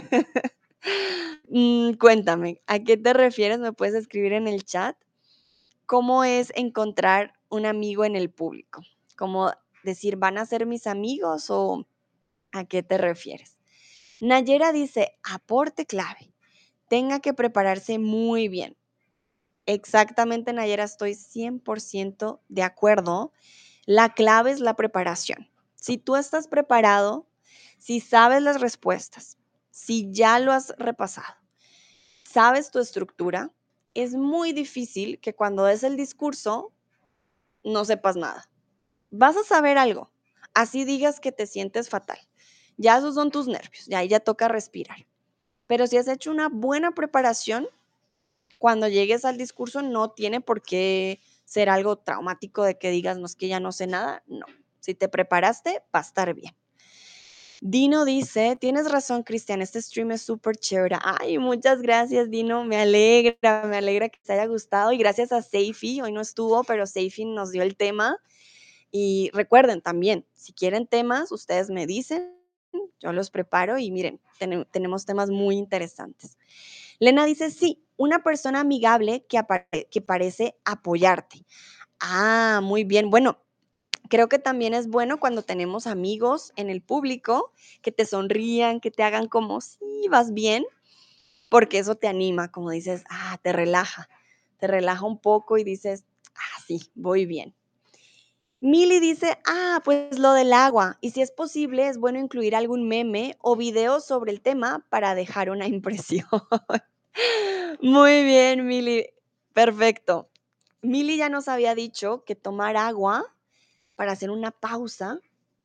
Mm, cuéntame, ¿a qué te refieres? ¿Me puedes escribir en el chat? ¿Cómo es encontrar un amigo en el público? ¿Como decir, van a ser mis amigos o a qué te refieres? Nayera dice, aporte clave, tenga que prepararse muy bien. Exactamente, Nayera, estoy cien por ciento de acuerdo. La clave es la preparación. Si tú estás preparado, si sabes las respuestas, si ya lo has repasado, sabes tu estructura, es muy difícil que cuando des el discurso no sepas nada. Vas a saber algo, así digas que te sientes fatal. Ya esos son tus nervios, ya ahí ya toca respirar. Pero si has hecho una buena preparación, cuando llegues al discurso no tiene por qué ser algo traumático de que digas, no es que ya no sé nada, no. Si te preparaste, va a estar bien. Dino dice, tienes razón, Cristian, este stream es súper chévere. Ay, muchas gracias, Dino, me alegra, me alegra que te haya gustado y gracias a Seifi, hoy no estuvo, pero Seifi nos dio el tema. Y recuerden también, si quieren temas, ustedes me dicen, yo los preparo y miren, ten- tenemos temas muy interesantes. Lena dice, sí, una persona amigable que, apare- que parece apoyarte. Ah, muy bien. Bueno, creo que también es bueno cuando tenemos amigos en el público que te sonrían, que te hagan como, sí, vas bien, porque eso te anima, como dices, ah, te relaja, te relaja un poco y dices, ah, sí, voy bien. Mili dice, ah, pues lo del agua. Y si es posible, es bueno incluir algún meme o video sobre el tema para dejar una impresión. Muy bien, Mili. Perfecto. Mili ya nos había dicho que tomar agua para hacer una pausa,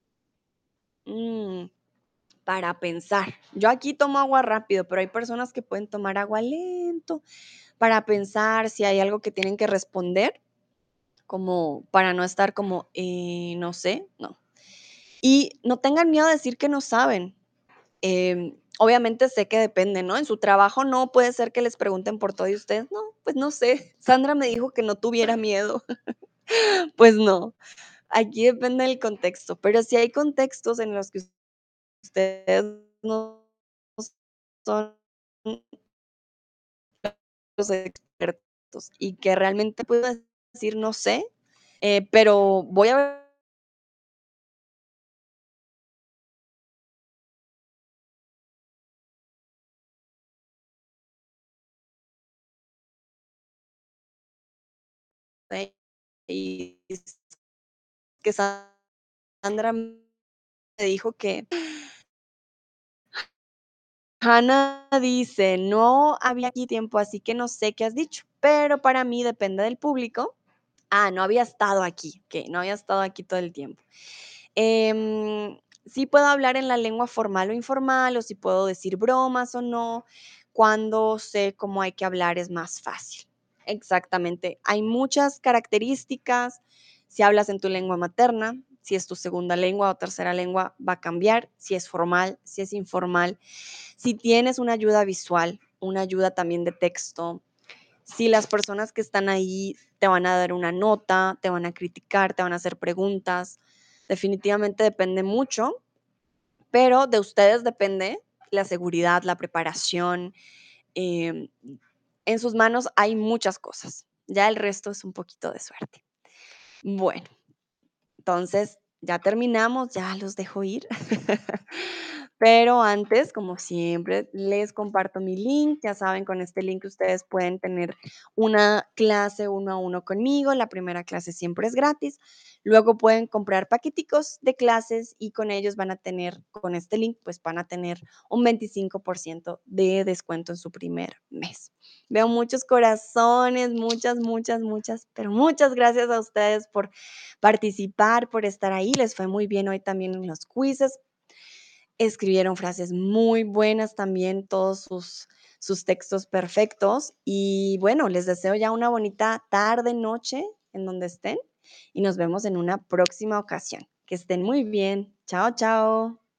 mm, para pensar. Yo aquí tomo agua rápido, pero hay personas que pueden tomar agua lento para pensar si hay algo que tienen que responder, como para no estar como, eh, no sé, no. Y no tengan miedo a decir que no saben. Em, obviamente sé que depende, ¿no? En su trabajo no puede ser que les pregunten por todo y ustedes, no, pues no sé. Sandra me dijo que no tuviera miedo. Pues no, aquí depende del contexto, pero si hay contextos en los que ustedes no son los expertos y que realmente puedo decir no sé, eh, pero voy a ver y que Sandra me dijo que Hannah dice: "No había aquí tiempo, así que no sé qué has dicho, pero para mí depende del público". Ah, no había estado aquí, okey, no había estado aquí todo el tiempo. Em, sí puedo hablar en la lengua formal o informal, o si puedo decir bromas o no. Cuando sé cómo hay que hablar es más fácil. Exactamente. Hay muchas características. Si hablas en tu lengua materna, si es tu segunda lengua o tercera lengua, va a cambiar. Si es formal, si es informal. Si tienes una ayuda visual, una ayuda también de texto, si las personas que están ahí te van a dar una nota, te van a criticar, te van a hacer preguntas, definitivamente depende mucho, pero de ustedes depende la seguridad, la preparación, em, en sus manos hay muchas cosas. Ya el resto es un poquito de suerte. Bueno, entonces ya terminamos, ya los dejo ir. Pero antes, como siempre, les comparto mi link. Ya saben, con este link ustedes pueden tener una clase uno a uno conmigo. La primera clase siempre es gratis. Luego pueden comprar paqueticos de clases y con ellos van a tener, con este link, pues van a tener un veinticinco por ciento de descuento en su primer mes. Veo muchos corazones, muchas, muchas, muchas, pero muchas gracias a ustedes por participar, por estar ahí. Les fue muy bien hoy también en los quizzes. Escribieron frases muy buenas también, todos sus, sus textos perfectos. Y bueno, les deseo ya una bonita tarde, noche, en donde estén. Y nos vemos en una próxima ocasión. Que estén muy bien. Chao, chao.